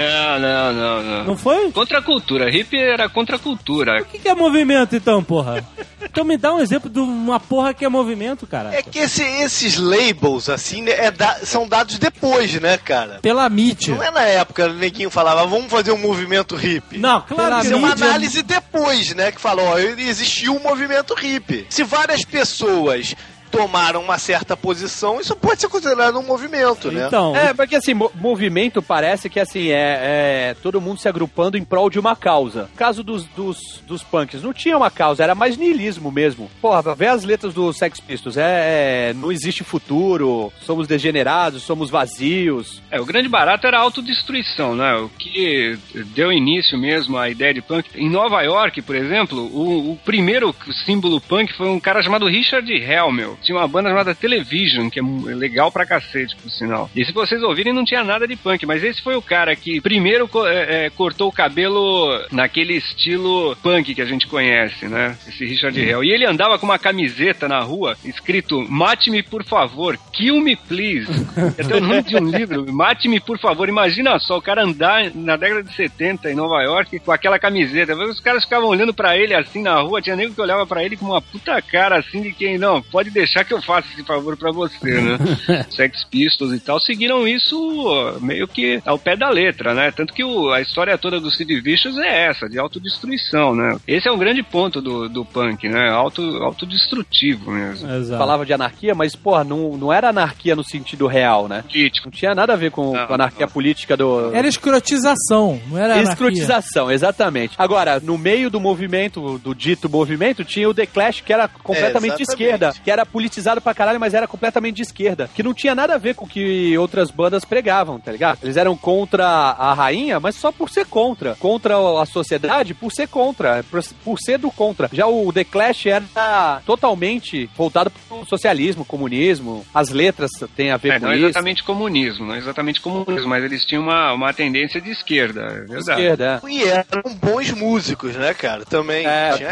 Não. Não foi? Contra a cultura. Hippie era contra a cultura. O que é movimento, então, porra? Então me dá um exemplo de uma porra que é movimento, cara. É que esses labels, assim, né, são dados depois, né, cara? Pela mídia. Não é na época o neguinho falava, vamos fazer um movimento hippie. Não, claro que isso é uma análise depois, né, que falou, ó, existiu um movimento hippie. Se várias pessoas tomaram uma certa posição, isso pode ser considerado um movimento, né? Então... porque assim, movimento parece que assim, todo mundo se agrupando em prol de uma causa. No caso dos punks, não tinha uma causa, era mais niilismo mesmo. Porra, vê as letras do Sex Pistols, não existe futuro, somos degenerados, somos vazios. O grande barato era a autodestruição, né? O que deu início mesmo à ideia de punk. Em Nova York, por exemplo, o primeiro símbolo punk foi um cara chamado Richard Hell, tinha uma banda chamada Television, que é legal pra cacete, por sinal. E se vocês ouvirem, não tinha nada de punk, mas esse foi o cara que primeiro cortou o cabelo naquele estilo punk que a gente conhece, né? Esse Richard Hell. E ele andava com uma camiseta na rua, escrito, mate-me por favor, kill me please. Até o nome de um livro, mate-me por favor. Imagina só, o cara andar na década de 70 em Nova York com aquela camiseta. Os caras ficavam olhando pra ele assim na rua, tinha nego que olhava pra ele com uma puta cara assim de quem, não, pode deixar que eu faça esse favor pra você, né? Sex Pistols e tal seguiram isso meio que ao pé da letra, né? Tanto que a história toda do Sid Vicious é essa, de autodestruição, né? Esse é um grande ponto do punk, né? Autodestrutivo mesmo. Exato. Falava de anarquia, mas, porra, não era anarquia no sentido real, né? Político. Não tinha nada a ver com a anarquia política do... Era escrotização, não era anarquia. Escrotização, exatamente. Agora, no meio do movimento, do dito movimento, tinha o The Clash, que era completamente de esquerda, que era politizado pra caralho, mas era completamente de esquerda, que não tinha nada a ver com o que outras bandas pregavam, tá ligado? Eles eram contra a rainha, mas só por ser contra a sociedade, por ser contra, por ser do contra. Já o The Clash era totalmente voltado pro socialismo, comunismo, as letras têm a ver com não isso. Exatamente comunismo, não exatamente comunismo, mas eles tinham uma tendência de esquerda, é verdade. Esquerda, E eram bons músicos, né, cara? Também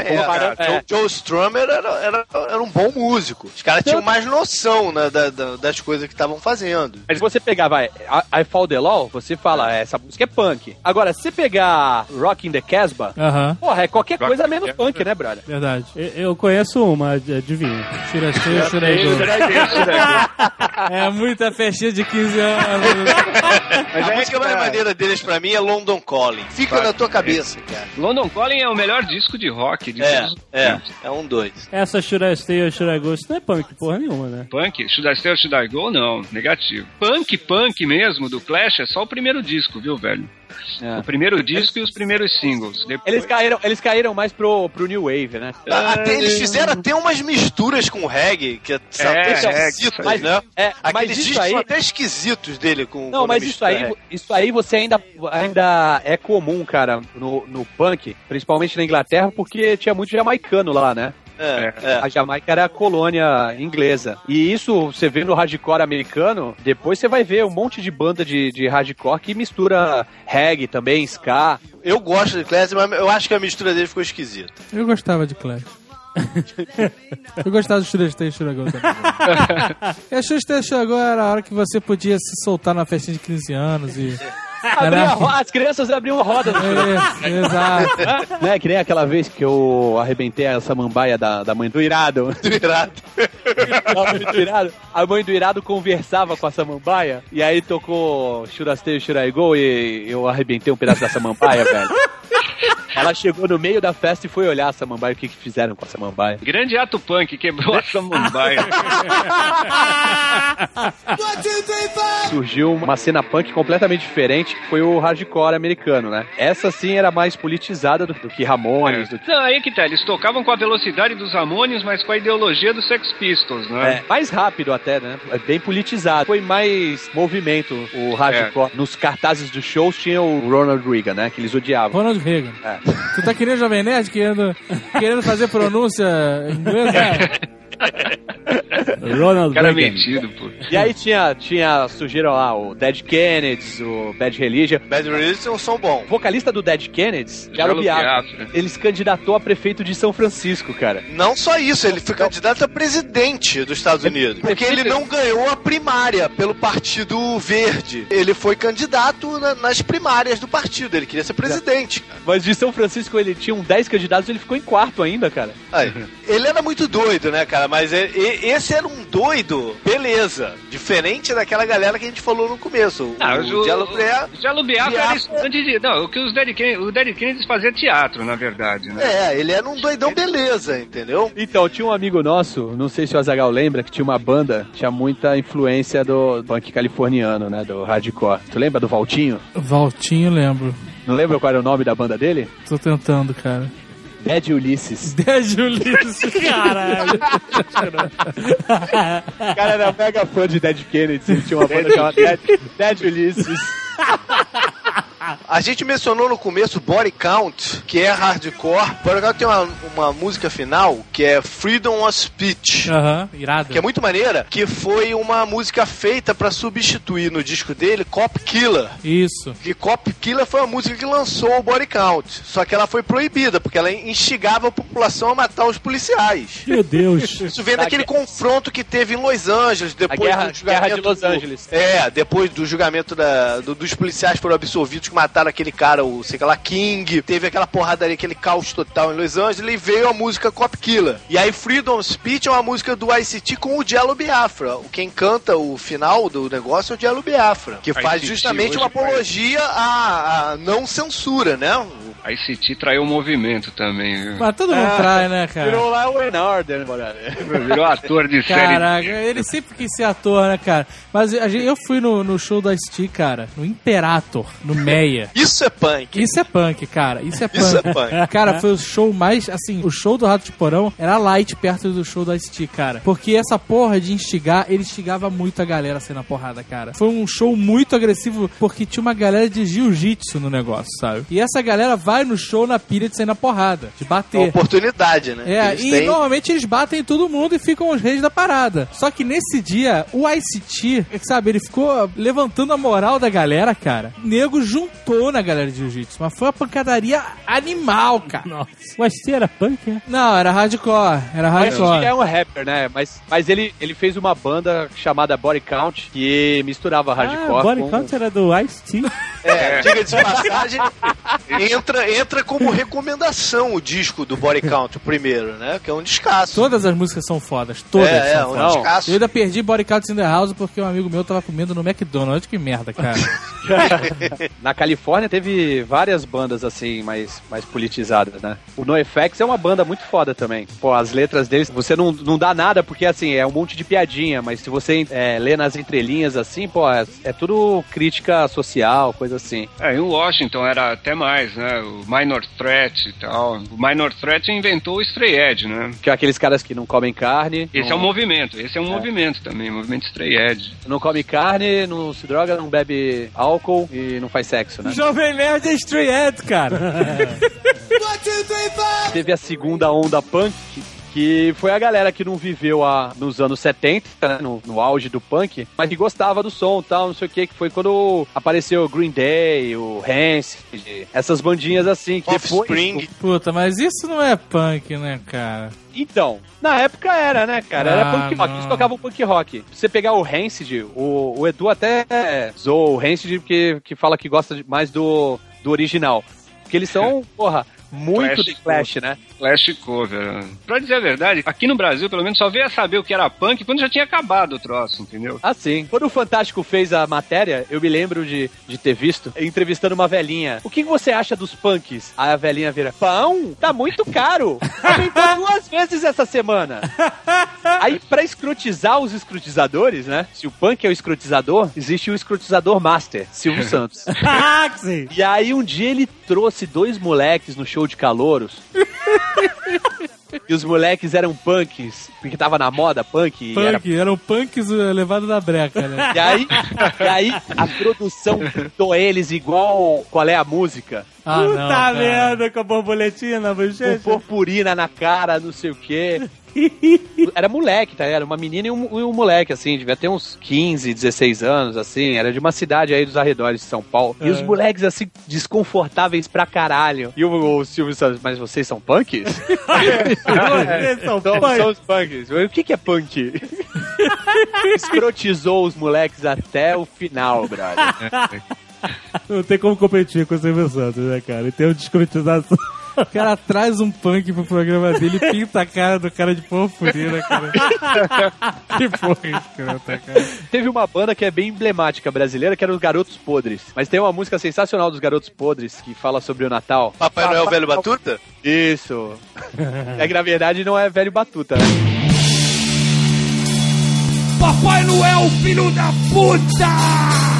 tinha Joe Strummer era um bom músico. Os caras tinham mais noção, né, das coisas que estavam fazendo. Mas se você pegar, I Fall the Law, você fala, essa música é punk. Agora, se você Rock in the Casbah, porra, é qualquer coisa menos punk, né, brother? Verdade. Eu conheço uma, adivinha. É muita festinha de 15 anos. Mas a música mais maneira deles pra mim é London Calling. Fica na tua cabeça, cara. London Calling é o melhor disco de rock de todos os tempos. É um 2. Essa Should I Stay or Should I Go, isso não é punk porra nenhuma, né? Punk? Should I Stay or Should I Go? Não, negativo. Punk mesmo, do Clash, é só o primeiro disco, viu, velho? O primeiro disco e os primeiros singles. Depois... Eles caíram mais pro New Wave, né? Eles fizeram até umas misturas com reggae, que são até esquisitas, né? Aqueles discos são até esquisitos dele com... Não, mas isso aí você ainda é comum, cara, no punk, principalmente na Inglaterra, porque tinha muito jamaicano lá, né? A Jamaica era a colônia inglesa. E isso você vê no hardcore americano, depois você vai ver um monte de banda de hardcore que mistura reggae também, ska. Eu gosto de Clash, mas eu acho que a mistura dele ficou esquisita. Eu gostava de Clash. Eu gostava do Should I Stay or Should I Go também. E a Should I Stay or Should I Go era a hora que você podia se soltar na festinha de 15 anos e... As crianças abriam roda. Exato. Né, que nem aquela vez que eu arrebentei a samambaia da mãe do Irado. A mãe do Irado conversava com a samambaia e aí tocou Should I Stay or Should I Go e eu arrebentei um pedaço da samambaia, velho. Ela chegou no meio da festa e foi olhar a samambaia, o que fizeram com a samambaia. Grande ato punk, quebrou a samambaia. Surgiu uma cena punk completamente diferente, que foi o hardcore americano, né? Essa sim era mais politizada do que Ramones. Não, aí que tá, eles tocavam com a velocidade dos Ramones, mas com a ideologia dos Sex Pistols, né? Mais rápido até, né? Bem politizado. Foi mais movimento o hardcore. Nos cartazes dos shows tinha o Ronald Reagan, né? Que eles odiavam. Ronald Reagan. Tu tá querendo Jovem Nerd querendo fazer pronúncia em inglês? Ronald cara Reagan. metido, pô. E aí surgiram lá o Dead Kennedys, o Bad Religion. Bad Religion são bons. O vocalista do Dead Kennedys, Jello Biafra, ele se candidatou a prefeito de São Francisco, cara. Não só isso, ele foi candidato a presidente dos Estados Unidos. Porque ele não ganhou a primária pelo Partido Verde. Ele foi candidato nas primárias do partido, ele queria ser presidente. Mas de São Francisco ele tinha 10 candidatos e ele ficou em quarto ainda, cara. Aí, ele era muito doido, né, cara? Mas esse era um doido, beleza. Diferente daquela galera que a gente falou no começo. O Jello Biafra era estudante de... Não, o que o Dead Kennedys fazia teatro, na verdade, né? Ele era um doidão beleza, entendeu? Então, tinha um amigo nosso, não sei se o Azaghal lembra, que tinha uma banda, tinha muita influência do punk californiano, né, do hardcore. Tu lembra do Valtinho? Valtinho, lembro. Não lembra qual era o nome da banda dele? Tô tentando, cara. Dead Ulysses. Dead Ulysses, caralho. O cara era mega fã de Dead Kennedys, ele tinha uma banda chamada Dead Ulysses. A gente mencionou no começo Body Count, que é hardcore. Body Count tem uma música final que é Freedom of Speech. Irado. Que é muito maneira, que foi uma música feita pra substituir no disco dele Cop Killer. Isso. Que Cop Killer foi a música que lançou o Body Count. Só que ela foi proibida, porque ela instigava a população a matar os policiais. Meu Deus. Isso vem daquele confronto que teve em Los Angeles, depois do julgamento. Guerra de Los Angeles. Depois do julgamento dos policiais foram absolvidos que mataram aquele cara, o sei lá, King. Teve aquela porradaria, aquele caos total em Los Angeles, e veio a música Cop Killer. E aí Freedom of Speech é uma música do ICT com o Jello Biafra. Quem canta o final do negócio é o Jello Biafra, que faz justamente uma apologia à não censura, né? A ICT traiu o movimento também, viu? Mas todo mundo trai, né, cara? Virou lá o Enarder, Virou ator de série. Caraca, ele sempre quis ser ator, né, cara? Mas eu fui no show da ICT, cara, no Imperator, no Meia. Isso é punk. Isso é punk, cara. Isso é punk. Isso é punk. Cara, foi o show mais, assim, o show do Rato de Porão era light perto do show da ICT, cara. Porque essa porra de instigar, ele instigava muito a galera a sair na porrada, cara. Foi um show muito agressivo, porque tinha uma galera de jiu-jitsu no negócio, sabe? E essa galera vai no show na pilha de sair na porrada, de bater. É uma oportunidade, né? Normalmente eles batem em todo mundo e ficam os reis da parada. Só que nesse dia, o ICT, sabe, ele ficou levantando a moral da galera, cara. O nego juntou na galera de jiu-jitsu, mas foi uma pancadaria animal, cara. Nossa. O ICT era punk, né? Não, era hardcore. Era hardcore. Ele é um rapper, né? Mas ele fez uma banda chamada Body Count que misturava hardcore Body Count era do Ice-T. Diga de passagem, entra como recomendação o disco do Body Count, o primeiro, né? Que é um descasso. Todas as músicas são fodas. Todas são fodas. Descasso. Eu ainda perdi Body Count in the House porque um amigo meu tava comendo no McDonald's. Que merda, cara. Na Califórnia teve várias bandas assim, mais politizadas, né? O NoFX é uma banda muito foda também. Pô, as letras deles, você não dá nada porque, assim, é um monte de piadinha, mas se você lê nas entrelinhas, assim, pô, é tudo crítica social, coisa assim. Em Washington era até mais, né? O Minor Threat e tal. O Minor Threat inventou o Stray Edge, né? Que é aqueles caras que não comem carne. Esse é um movimento. Esse é um movimento também, movimento Stray Edge. Não come carne, não se droga, não bebe álcool e não faz sexo, né? Jovem Nerd é Stray Edge, cara. Teve a segunda onda punk, que foi a galera que não viveu nos anos 70, né, no auge do punk, mas que gostava do som e tal, não sei o que foi quando apareceu o Green Day, o Rancid, essas bandinhas assim. Que depois... Offspring. Puta, mas isso não é punk, né, cara? Então, na época era, né, cara? Era punk rock, eles tocavam punk rock. Se você pegar o Rancid, o Edu até zoou o Rancid que fala que gosta mais do original. Porque eles são, porra, muito de Clash, né? Clash cover. Pra dizer a verdade, aqui no Brasil, pelo menos, só veio a saber o que era punk quando já tinha acabado o troço, entendeu? Ah, sim. Quando o Fantástico fez a matéria, eu me lembro de ter visto, entrevistando uma velhinha. O que você acha dos punks? Aí a velhinha vira, pão? Tá muito caro. Aumentou 2 vezes essa semana. Aí, pra escrotizar os escrotizadores, né? Se o punk é o escrotizador, existe o escrotizador master, Silvio Santos. E aí, um dia ele trouxe 2 moleques no show de calouros. E os moleques eram punks, porque tava na moda punk. Eram punks levados da breca, né? E aí a produção pintou eles igual Qual é a Música? Puta merda, com a borboletinha na bochecha. Com purpurina na cara, não sei o quê. Era moleque, tá? Era uma menina e um moleque, assim, devia ter uns 15, 16 anos, assim, era de uma cidade aí dos arredores de São Paulo. E os moleques, assim, desconfortáveis pra caralho. E o Silvio Santos, mas vocês são punks? Vocês são punks? São os punks. O que é punk? Escrotizou os moleques até o final, brother. Não tem como competir com o Silvio Santos, né, cara? E tem uma descretização. O cara traz um punk pro programa dele e pinta a cara do cara de purpurina, cara. Que porra escrota, cara. Teve uma banda que é bem emblemática brasileira, que era os Garotos Podres. Mas tem uma música sensacional dos Garotos Podres, que fala sobre o Natal. Papai Noel Velho Batuta? Isso. É que na verdade não é Velho Batuta, né? Papai Noel, filho da puta!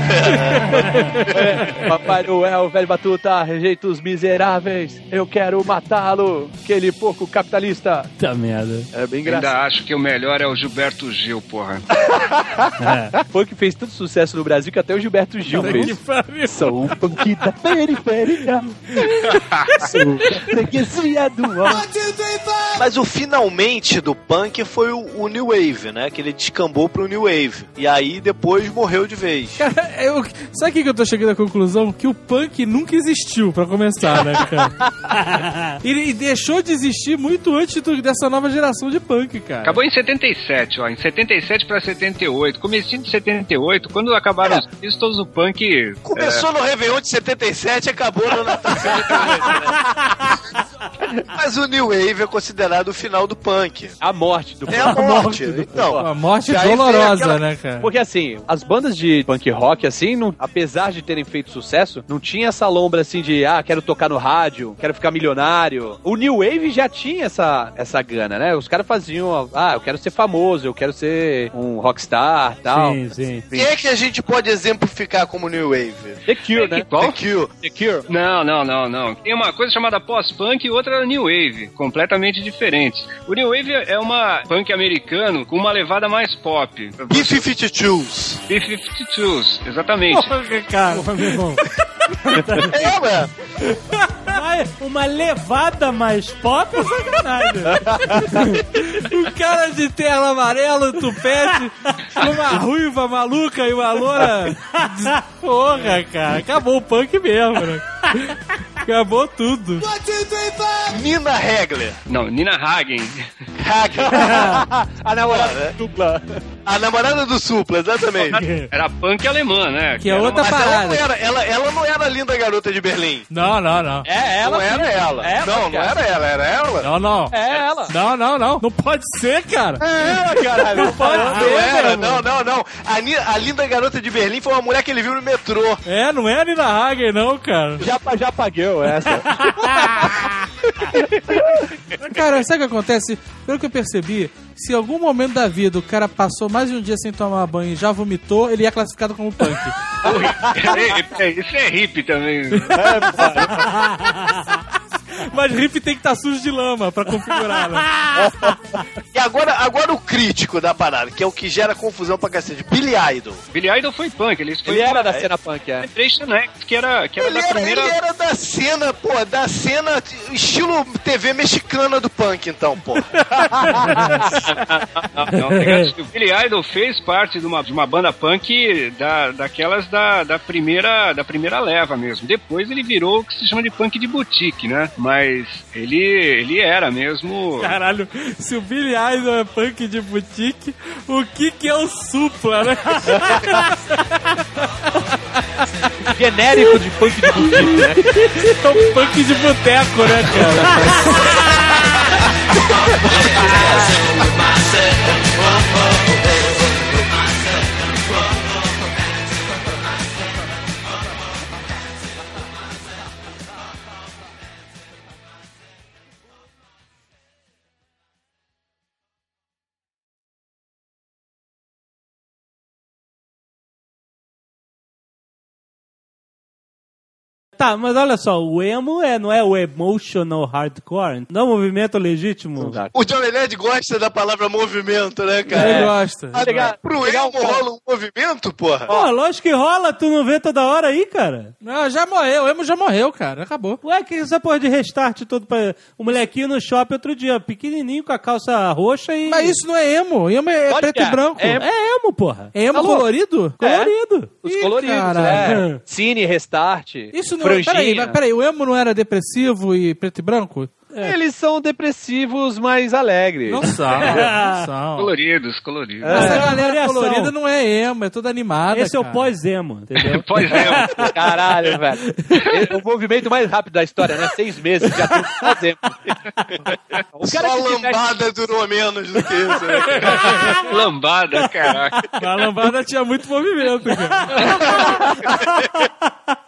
Papai Noel, Velho Batuta, rejeita os miseráveis, eu quero matá-lo, aquele porco capitalista. Puta merda. É bem engraçado. Ainda acho que o melhor é o Gilberto Gil, porra. Foi que fez tanto sucesso no Brasil que até o Gilberto Gil fez. Sou o punk da periferia. Sou a freguesia do ar. Mas o finalmente do punk foi o New Wave, né? Que ele descambou pro New Wave. E aí depois morreu de vez. Cara, sabe o que eu tô chegando à conclusão? Que o punk nunca existiu, pra começar, né, cara? Ele deixou de existir muito antes dessa nova geração de punk, cara. Acabou em 77, ó. Em 77 pra 78. Comecinho de 78, quando acabaram os Pistols, o punk... Começou no Réveillon de 77 e acabou no Natal de 78, né? Mas o New Wave é considerado o final do punk. A morte do punk. É a morte. Então, a morte dolorosa, né, cara? Porque assim, as bandas de punk rock, assim, apesar de terem feito sucesso, não tinha essa lombra assim de, quero tocar no rádio, quero ficar milionário. O New Wave já tinha essa gana, né? Os caras faziam, eu quero ser famoso, eu quero ser um rockstar e tal. Sim. Quem é que a gente pode exemplificar como New Wave? The Cure, né? The Cure. The Cure. Não. Tem uma coisa chamada pós-punk e outra New Wave, completamente diferentes. O New Wave é uma punk americano com uma levada mais pop. B-52s. B-52s, exatamente. Porra, cara. Porra, meu irmão. Ué. Uma levada mais pop é sacanagem. Um cara de terno amarelo, tupete, uma ruiva maluca e uma loura. Porra, cara. Acabou o punk mesmo, né? Acabou tudo. Nina Hagler. Não, Nina Hagen. A namorada dupla. A namorada do Supla, exatamente. Era punk alemã, né? Que é outra parada. Ela não era a linda garota de Berlim. Não. É ela. Não era ela. Não era ela, era ela. Não. É ela. Não. Não pode ser, cara. É ela, caralho. Não pode ser, Não era, meu. não. A linda garota de Berlim foi uma mulher que ele viu no metrô. Não é a Nina Hagen, não, cara. Já paguei essa. Cara, sabe o que acontece? Pelo que eu percebi, se em algum momento da vida o cara passou mais de um dia sem tomar banho e já vomitou, ele é classificado como punk. Isso é hippie também. Mas hippie tem que estar sujo de lama pra configurar, né? E agora o crítico da parada, que é o que gera confusão pra cacete. Billy Idol. Billy Idol foi punk. Ele era da cena punk, é. Que era da primeira... Ele era da cena, estilo TV mexicana do punk, então, pô. O Billy Idol fez parte de uma banda punk daquelas da primeira leva mesmo. Depois ele virou o que se chama de punk de boutique, né? Mas ele era mesmo... Caralho, se o Billy Idol é punk de boutique, o que é o Supla, né? genérico de punk de boteco, né? É um punk de boteco, né, cara? Tá, mas olha só, o emo não é o emotional hardcore? Não é um movimento legítimo? O Jovem Nerd gosta da palavra movimento, né, cara? Ele gosta. Pro emo rola um movimento, porra? Pô, lógico que rola, tu não vê toda hora aí, cara? Não, já morreu, o emo já morreu, cara, acabou. Ué, que essa porra de restart todo pra... O molequinho no shopping outro dia, pequenininho com a calça roxa e... Mas isso não é emo é preto e branco. É emo, porra. É emo Tá colorido? Colorido. Os coloridos, caralho. Cine, Restart, Isso não... franjinha. Peraí, o emo não era depressivo e preto e branco? Eles são depressivos, mais alegres. Não são. Coloridos. Essa galera colorida não é emo, é toda animada. Esse é o pós-emo, entendeu? Pós-emo. Caralho, velho. É o movimento mais rápido da história, né? 6 meses, já tem que fazer. Só a lambada durou menos do que isso, né? Lambada, caraca. A lambada tinha muito movimento, cara.